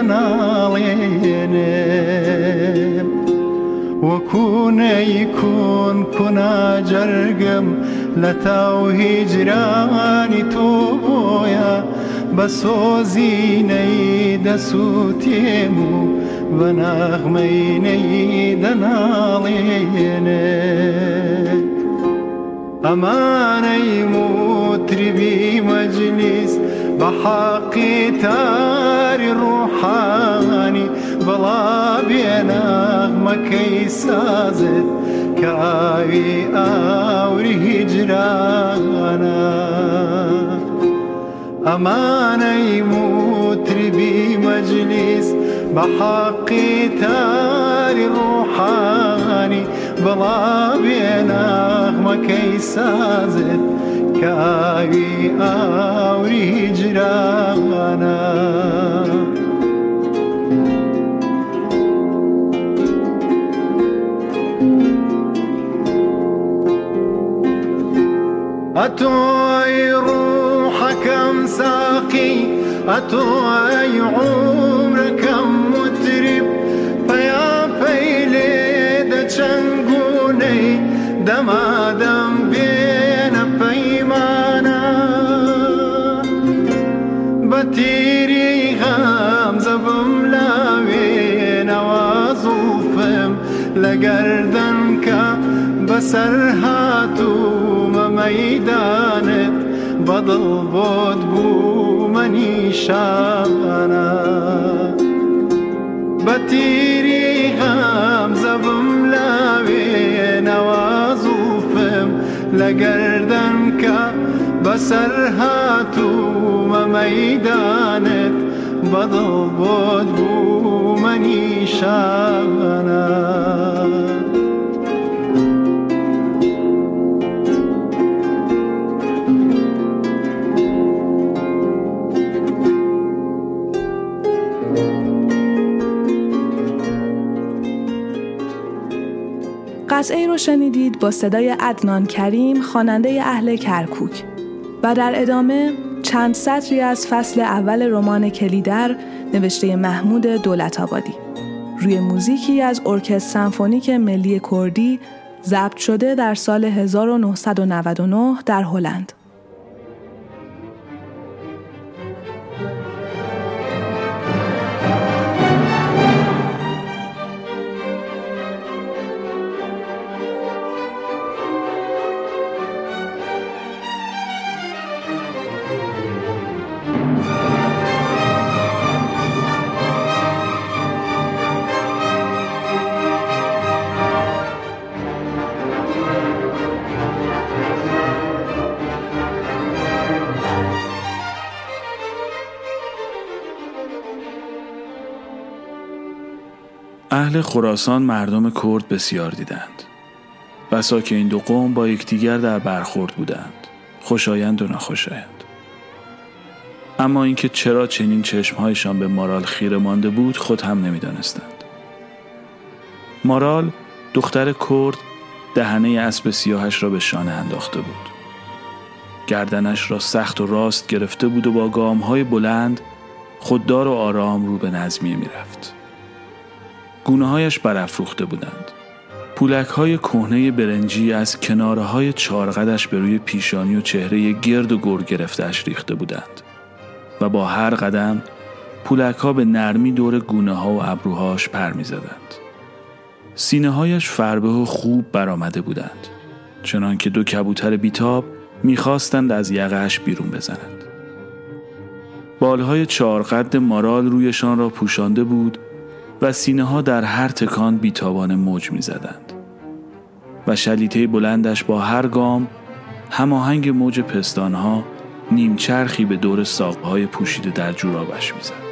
ناليني وكون يكون كنا جرقم لتاو هجراني توبويا بسوزي نيد سوتيمو بنغمي نيد نالينك أماني مطربي مجلس بحقي تاري روحاني بلا بنغمة كيسازت كاوي آوري هجرانا أماني مطربي مجلس بحقي تاري روحاني بلا بنغمة كيسازت كاوي آوري هجرانا أتوي روحك مساقي أتوي عمرك مترب فيا فيلي چنگوني دما دم بين پیمانا بتيري غمزة بملاوي نوازوفم لگردن که بسر هاتو ميدانت بدل بود بو منی شانا بتیری غمزه بملاوی نوازوفم لگردن که بسر هاتو میدانت بدل بود بو منی شانا قطعه‌ای رو شنیدید با صدای عدنان کریم، خواننده اهل کرکوک. و در ادامه چند سطری از فصل اول رمان کلیدر نوشته محمود دولت‌آبادی روی موزیکی از ارکستر سمفونیک ملی کردی ضبط شده در سال 1999 در هلند. اهل خراسان مردم کرد بسیار دیدند. بسا که این دو قوم با یکدیگر در برخورد بودند، خوشایند و ناخوشایند. اما اینکه چرا چنین چشمهایشان به مارال خیره مانده بود خود هم نمی‌دانستند. مارال دختر کرد دهنه اسب سیاهش را به شانه انداخته بود. گردنش را سخت و راست گرفته بود و با گام‌های بلند خوددار و آرام رو به نظمیه می‌رفت. گونه‌هایش برافروخته بودند. پولک‌های کهنه برنجی از کناره‌های چارقدش به روی پیشانی و چهره گرد و گر گرفته‌اش ریخته بودند و با هر قدم پولک‌ها به نرمی دور گونه‌ها و ابروهاش پر می‌زدند. سینه‌هایش فربه و خوب برآمده بودند، چنان که دو کبوتر بیتاب می‌خواستند از یقه‌اش بیرون بزنند. بالهای چارقد مارال رویشان را پوشانده بود و سینه‌ها در هر تکان بیتابانه موج می‌زدند و شلیته بلندش با هر گام هماهنگ موج پستان‌ها نیمچرخی به دور ساق‌های پوشیده در جورابش می‌زد.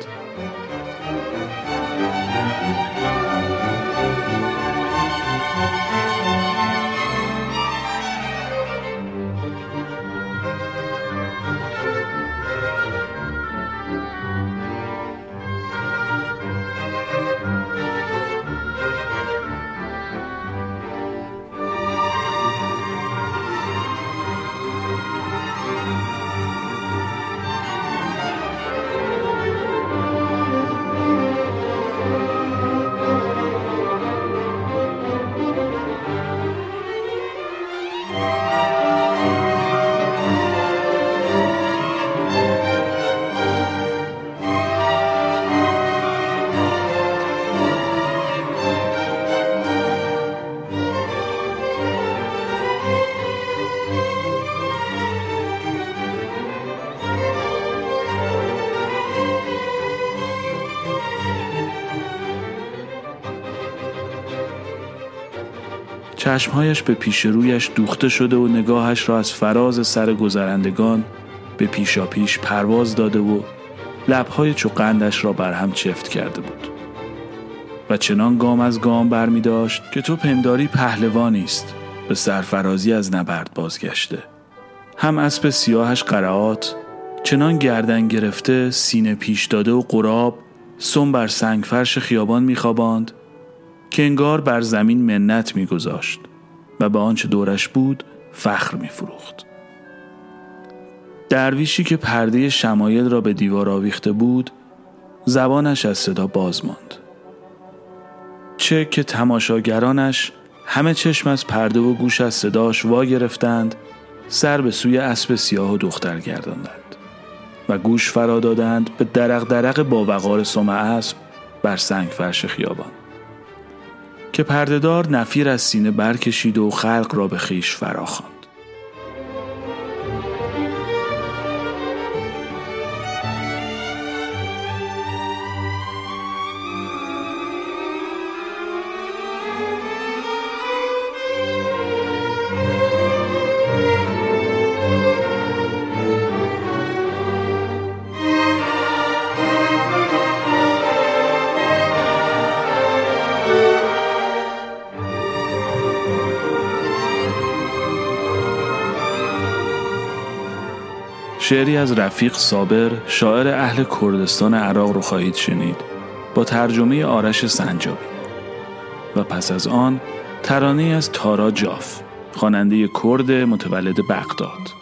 چشمهایش به پیش رویش دوخته شده و نگاهش را از فراز سر گذرندگان به پیشا پیش پرواز داده و لبهای چوقندش را برهم چفت کرده بود و چنان گام از گام برمی داشت که تو پنداری پهلوانی است به سرفرازی از نبرد بازگشته. هم اسب سیاهش قرعات چنان گردن گرفته، سینه پیش داده و قراب سم بر سنگ فرش خیابان میخواباند که انگار بر زمین منت میگذاشت و به آنچه دورش بود فخر میفروخت. درویشی که پرده شمایل را به دیوار آویخته بود زبانش از صدا باز ماند، چه که تماشاگرانش همه چشم از پرده و گوش از صداش وا گرفتند، سر به سوی اسب سیاه و دختر گرداندند و گوش فرا دادند به درق درق با وقار سم اسب بر سنگ فرش خیابان که پردهدار نفیر از سینه برکشید و خلق را به خیش فراخواند. شعری از رفیق صابر، شاعر اهل کردستان عراق رو خواهید شنید با ترجمه آرش سنجابی و پس از آن ترانه از تارا جاف، خواننده کرد متولد بغداد.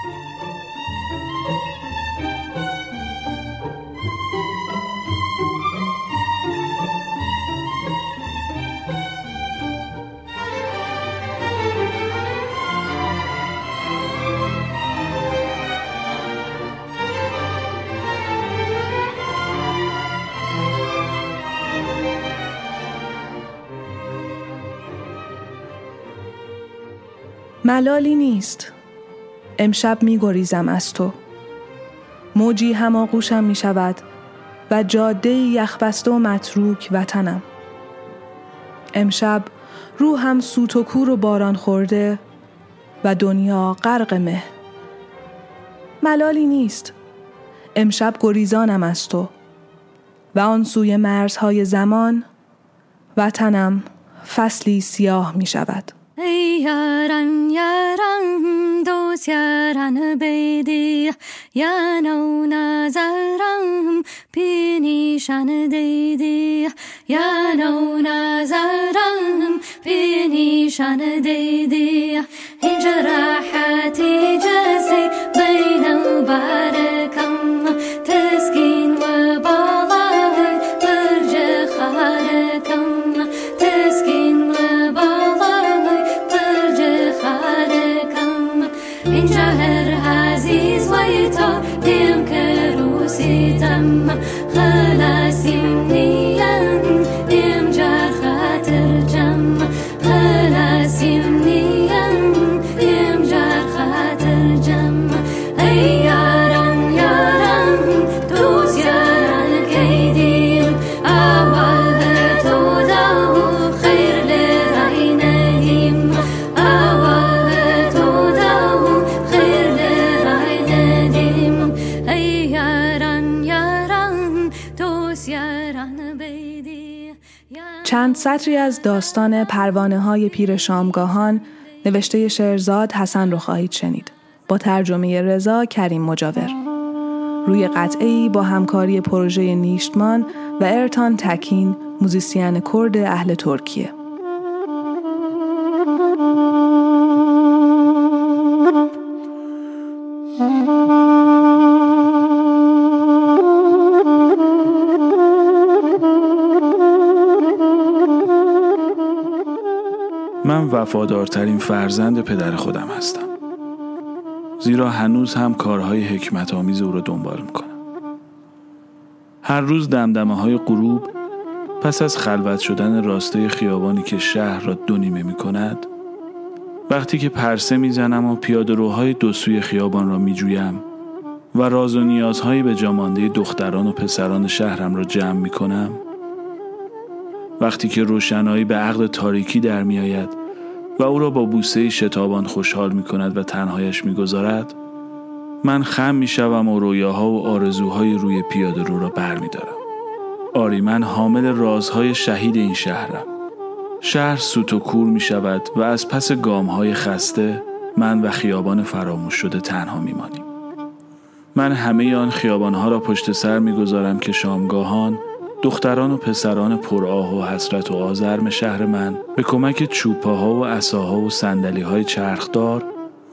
ملالی نیست. امشب می گریزم از تو. موجی هماغوشم می شود و جاده یخبسته و متروک وطنم. امشب روحم سوت و کور و باران خورده و دنیا غرق مه. ملالی نیست. امشب گریزانم از تو و آن سوی مرزهای زمان وطنم فصلی سیاه می شود. ای یاران یاران دوست یاران بیدی یا نو نظرم پینیشان دیدی یا نو نظرم پینیشان دیدی اینجا راحتی جسی بین و بارکم تسکین و بالای برج خارکم تسکین و بالای برج خارکم اینجا هر عزیز وی تو دیم که روسیتم خلاصیم نیم دیم جار خاطر جم خلاصیم نیم دیم جار خاطر جم ای یاران یاران دوست یاران کیدیم اول تو داو خیر لرای ندیم اول تو داو خیر لرای ندیم ای یاران یاران دوست یاران بیدی. چند سطری از داستان پروانه‌های پیر شامگاهان نوشته شعرزاد حسن رو خواهید شنید با ترجمه رضا کریم مجاور روی قطعه‌ای با همکاری پروژه نیشتمان و ارتان تکین موزیسین کرد اهل ترکیه. من وفادارترین فرزند پدر خودم هستم، زیرا هنوز هم کارهای حکمت‌آمیز او را دنبال میکنم. هر روز دمدمه‌های غروب پس از خلوت شدن راستای خیابانی که شهر را دو نیمه میکند، وقتی که پرسه میزنم و پیاده‌روهای دو سوی خیابان را میجویم و راز و نیازهای به جا مانده دختران و پسران شهرم را جمع میکنم، وقتی که روشنایی به عقد تاریکی در می آید و او را با بوسه شتابان خوشحال می کند و تنهایش می گذارد، من خم می شوم و رویاها و آرزوهای روی پیاده رو را بر می دارم. آری، من حامل رازهای شهید این شهرم. شهر سوت و کور می شود و از پس گامهای خسته من و خیابان فراموش شده تنها می مانیم. من همه آن خیابانها را پشت سر می گذارم که شامگاهان، دختران و پسران پرآه و حسرت و آزرم شهر من به کمک چوب‌ها و عصاها و صندلی‌های چرخدار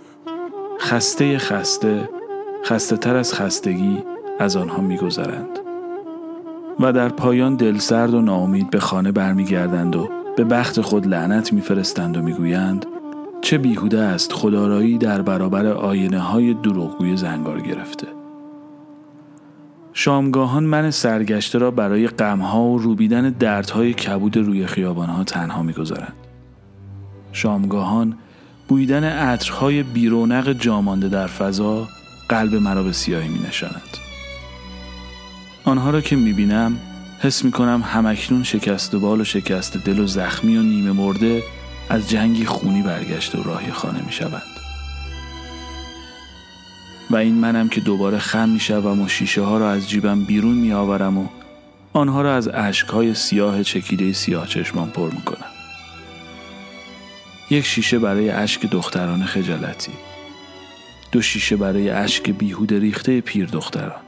خسته تر از خستگی از آنها می‌گذرند و در پایان دلسرد و ناامید به خانه برمیگردند و به بخت خود لعنت می‌فرستند و می‌گویند چه بیهوده است خودآرایی در برابر آینه‌های دروغگوی زنگار گرفته. شامگاهان من سرگشته را برای غم‌ها و روبیدن دردهای کبود روی خیابان‌ها تنها می‌گذارند. شامگاهان بویدن عطرهای بیرونق جامانده در فضا قلب مرا به سیاهی می‌نشاند. آنها را که می‌بینم حس می‌کنم همکنون شکست بال و شکست دل و زخمی و نیمه مرده از جنگی خونی برگشته و راهی خانه می‌شوند. و این منم که دوباره خم میشوم و شیشه ها را از جیبم بیرون میآورم و آنها را از اشکهای سیاه چکیده سیاه چشمان پر میکنم. یک شیشه برای اشک دختران خجالتی، 2 شیشه برای اشک بیهوده ریخته پیر دختران.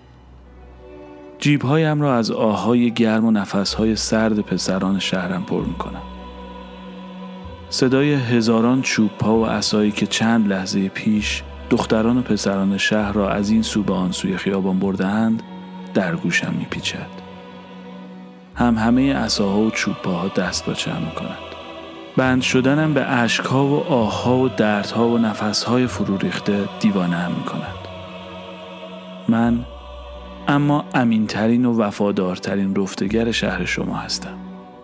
جیبهایم را از آههای گرم و نفسهای سرد پسران شهرم پر میکنم. صدای هزاران چوب پا و عصایی که چند لحظه پیش دختران و پسران شهر را از این سو به آن سوی خیابان برده‌اند در گوشم میپیچد. همه عصاها و چوب پاها دست با چه میکنند. بند شدنم به اشکها و آهها و دردها و نفسهای فرو ریخته دیوانه هم میکند. من اما امینترین و وفادارترین رفتگر شهر شما هستم.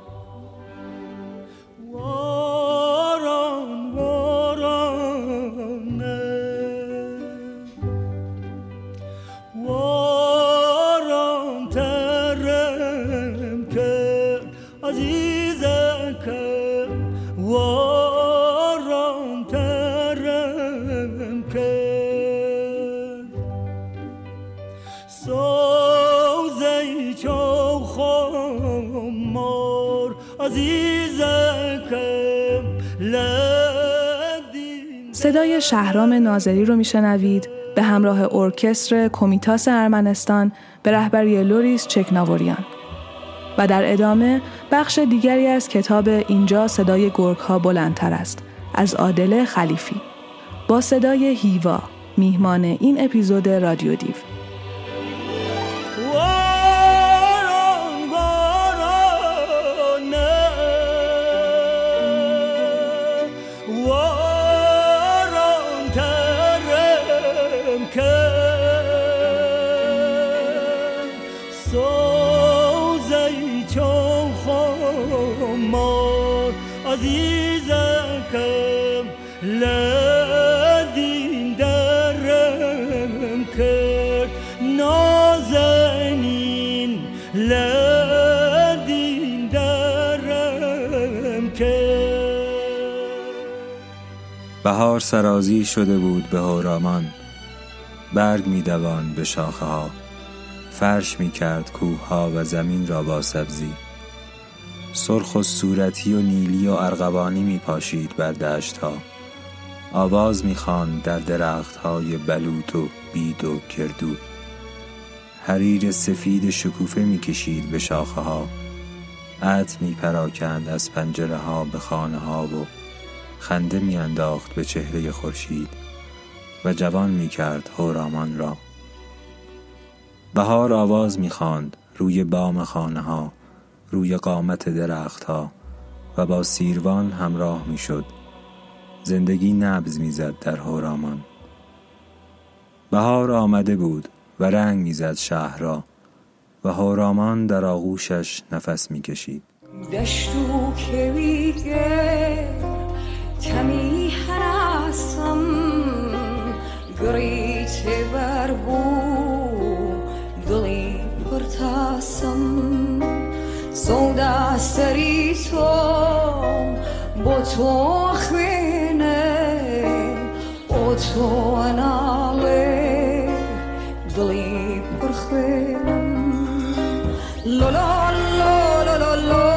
صدای شهرام ناظری رو میشنوید به همراه ارکستر کومیتاس ارمنستان به رهبری لوریس چکناوریان. و در ادامه بخش دیگری از کتاب اینجا صدای گرگ‌ها بلندتر است از عادل خلیفی با صدای هیوا، میهمان این اپیزود رادیو دیو. بهار سرازی شده بود به هورامان، برگ می دوان به شاخه ها، فرش می کرد کوه ها و زمین را با سبزی. سرخ و صورتی و نیلی و ارغوانی می پاشید بر دشت ها، آواز می خواند در درخت های بلوط و بید و کردو. حریر سفید شکوفه می کشید به شاخه ها، عطر می پراکند از پنجره ها به خانه ها و خنده می انداخت به چهره خورشید و جوان می کرد هورامان را. بهار آواز می خواند روی بام خانه ها، روی قامت درخت ها و با سیروان همراه می شد. زندگی نبض می زد در هورامان. بهار آمده بود و رنگ می زد شهر را و هورامان در آغوشش نفس می کشید. دشتو که ویگر تمی هراسم گریت بربو دلی پرتاسم سودا سری تو با تو خوینه با تو اناله دلی پرخوینم لالا لالا لالا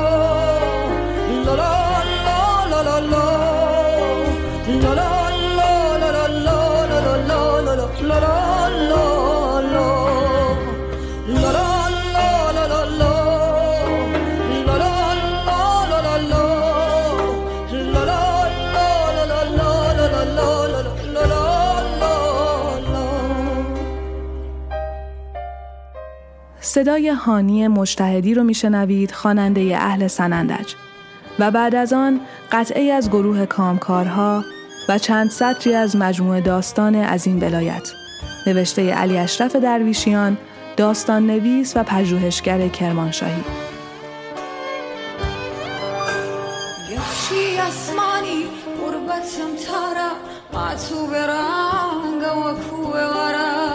صدای هانی مجتهدی رو میشنوید، خواننده اهل سنندج. و بعد از آن قطعه‌ای از گروه کامکارها و چند سطری از مجموعه داستان از این ولایت نوشته علی اشرف درویشیان، داستان نویس و پژوهشگر کرمانشاهی. گرچی اسمانی قربتم تارا ماتو برانگ و کوورا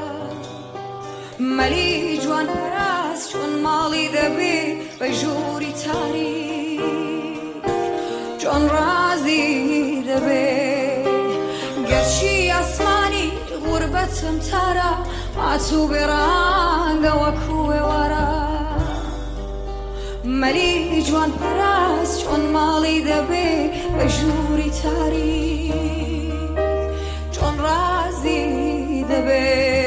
ملی جوان پرست چون مالی دبی به جوری تاری چون رازی دبی گرچی اسمانی غربتم تارا ماتو برانگ و کوورا ملی جوان پرست چون مالی دبی به جوری تاری چون رازی دبی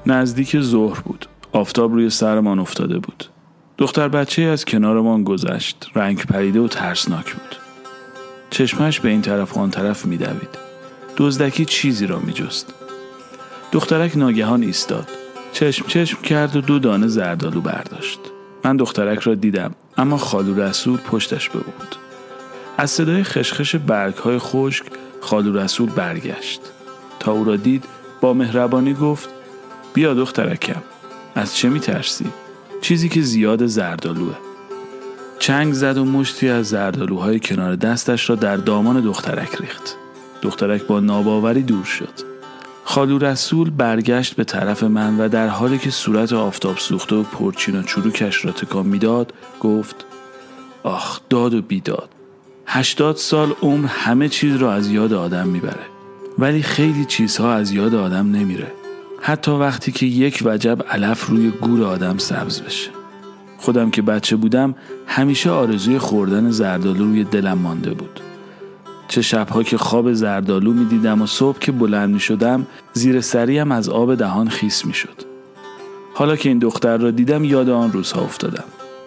نزدیک ظهر بود. آفتاب روی سرمان افتاده بود. دختر بچه از کنارمان گذشت. رنگ پریده و ترسناک بود. چشمش به این طرف و آن طرف می دوید. دزدکی چیزی را می جست. دخترک ناگهان ایستاد. چشم کرد و 2 دانه زردآلو برداشت. من دخترک را دیدم، اما خالو رسول پشتش به او بود. از صدای خشخش برگ‌های خشک خالو رسول برگشت. تا او را دید با مهربانی گفت: بیا دخترکم، از چه می‌ترسی؟ چیزی که زیاد زردآلوه. چنگ زد و مشتی از زردآلوهای کنار دستش را در دامان دخترک ریخت. دخترک با ناباوری دور شد. خالو رسول برگشت به طرف من و در حالی که صورت آفتاب سوخته و پرچین و چروکش را تکان میداد گفت: آخ داد و بیداد. 80 سال عمر همه چیز را از یاد آدم میبره، ولی خیلی چیزها از یاد آدم نمیره، حتی وقتی که یک وجب علف روی گور آدم سبز بشه. خودم که بچه بودم همیشه آرزوی خوردن زردآلو روی دلم مانده بود. چه شبها که خواب زردآلو می دیدم و صبح که بلند می شدم زیر سریم از آب دهان خیس می شد. حالا که این دختر را دیدم یاد آن روزها افتادم.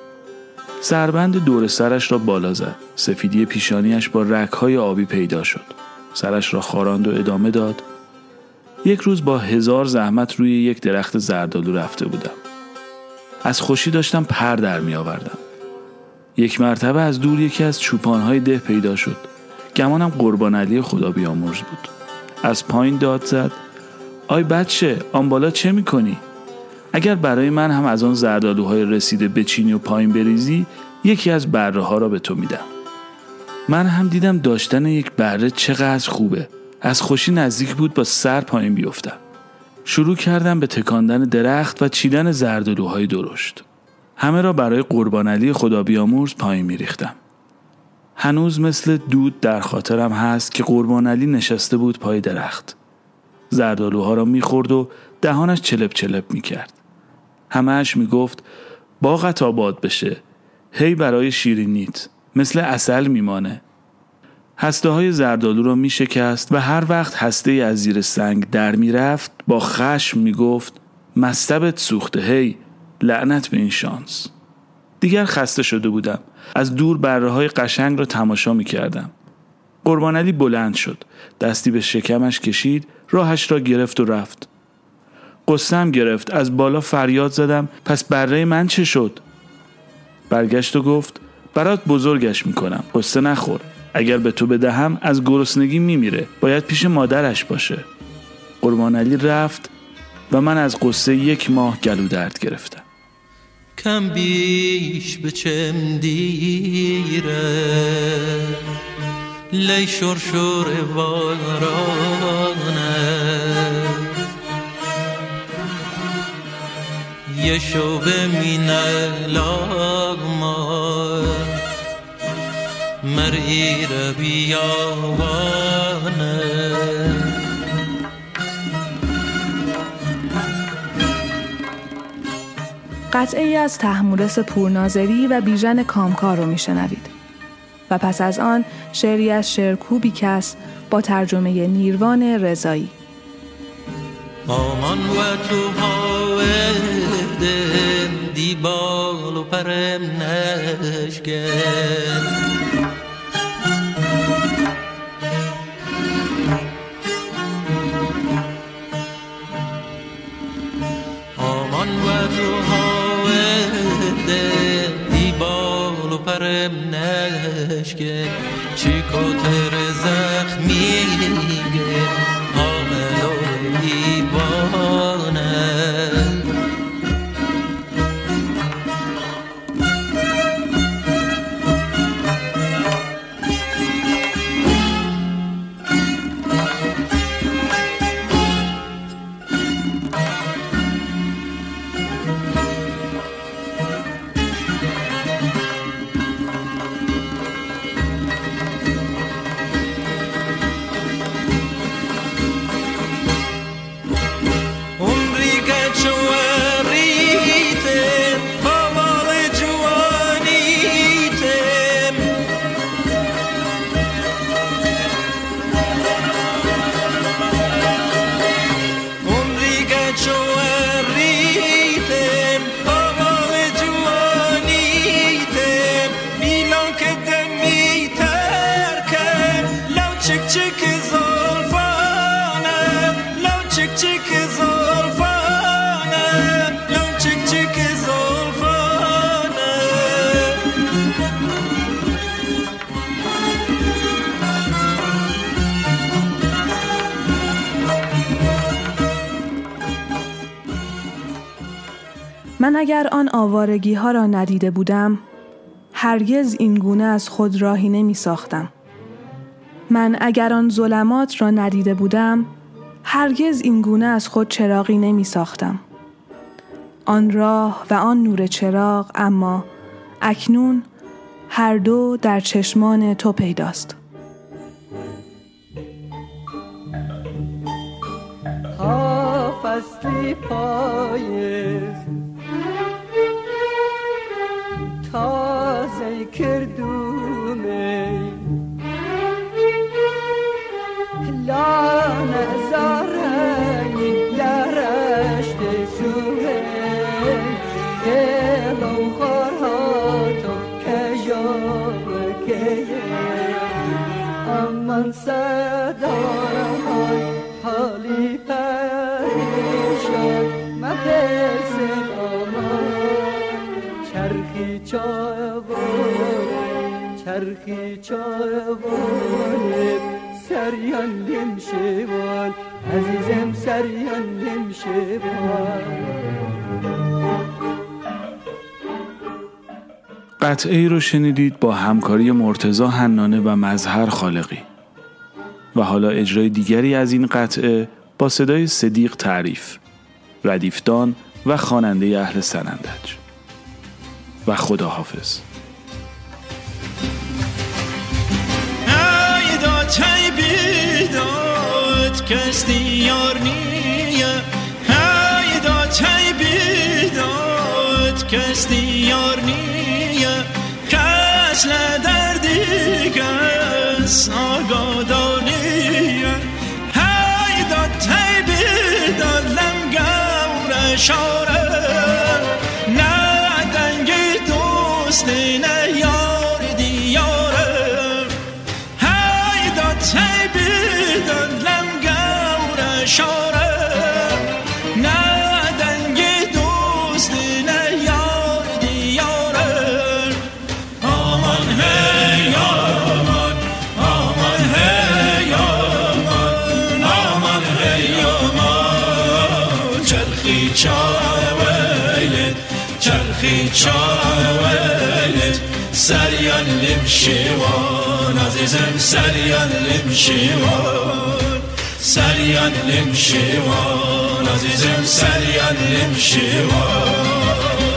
سربند دور سرش را بالا زد. سفیدی پیشانیش با رگ‌های آبی پیدا شد. سرش را خاراند و ادامه داد: یک روز با 1000 زحمت روی یک درخت زردآلو رفته بودم. از خوشی داشتم پر در می آوردم. یک مرتبه از دور یکی از چوپان‌های ده پیدا شد. گمانم قربان علی خدا بیامرز بود. از پایین داد زد: آی بچه، آن بالا چه میکنی؟ اگر برای من هم از آن زردآلوهای رسیده بچینی و پایین بریزی، یکی از بره ها را به تو میدم. من هم دیدم داشتن یک بره چقدر خوبه. از خوشی نزدیک بود با سر پایین بیفتم. شروع کردم به تکاندن درخت و چیدن زردآلوهای درشت. همه را برای قربان علی خدا بیامرز پایین میریختم. هنوز مثل دود در خاطرم هست که قربان علی نشسته بود پای درخت. زردآلوها را میخورد و دهانش چلپ چلپ میکرد. همه‌اش میگفت: باغت آباد بشه، هی برای شیرینیت، مثل عسل میمانه. هسته های زردآلو را میشکست و هر وقت هسته از زیر سنگ در میرفت با خشم میگفت: مصتبت سوخته، هی لعنت به این شانس. دیگر خسته شده بودم. از دور بره‌های قشنگ را تماشا می‌کردم. قربان علی بلند شد. دستی به شکمش کشید، راهش را گرفت و رفت. قصه‌ام گرفت. از بالا فریاد زدم: پس بره من چه شد؟ برگشت و گفت: برات بزرگش می‌کنم. قصه نخور. اگر به تو بدهم از گرسنگی میمیره. باید پیش مادرش باشه. قربان علی رفت و من از قصه 1 ماه گلو درد گرفتم. کم بیش بچم دیره لی شرشور بارانه یه شوبه مینه لاغمار مرئی را بیاوانه قطعه‌ای از طهمورث پورناظری و بیژن کامکار رو میشنوید و پس از آن شعری از شعرکو بیکس با ترجمه نیروان رضایی. آمان و تو هاوردم دیبال و پرم نشگن آمان و تو دیبال و پرم نشگه چی کتر زخمیگه آمل و دیبانه من اگر آن آوارگی ها را ندیده بودم، هرگز این گونه از خود راهی نمی ساختم. من اگر آن ظلمات را ندیده بودم، هرگز این گونه از خود چراغی نمی ساختم. آن راه و آن نور چراغ اما اکنون هر دو در چشمان تو پیداست. ها فصلی پاییز تازه کردومی لا نزارنی لرشت سوهی دلو خورهاتو کجابکی امان صدارهای حالی پریشان مپرسن آمان چرخی چایوان سریان لمشوان عزیزم سریان لمشوان. قطعه ای رو شنیدید با همکاری مرتضی حنانه و مظهر خالقی و حالا اجرای دیگری از این قطعه با صدای صدیق تعریف، ردیفدان و خواننده اهل سنندج. و خداحافظ. چای بیداد کسی یار نیه های دا چای بیداد کسی یار نیه کس لدردی کس آگادانیه های دا چای بیداد لم گور شاره نه دنگی دوستی نه یار دیاره شاره نه دنگی دوستی نه یار دیاره آمان هی آمان آمان هی آمان آمان هی آمان چرخی چاویلت چرخی چاویلت سریان لمشیوان عزیزم سریان لمشیوان سریان لمشیوان عزیزم سریان لمشیوان.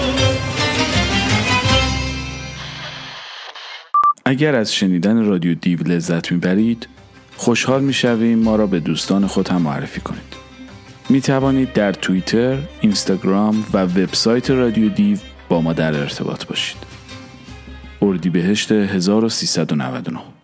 اگر از شنیدن رادیو دیو لذت میبرید، خوشحال میشویم ما را به دوستان خود هم معرفی کنید. می توانید در توییتر، اینستاگرام و وبسایت رادیو دیو با ما در ارتباط باشید. اردیبهشت 1399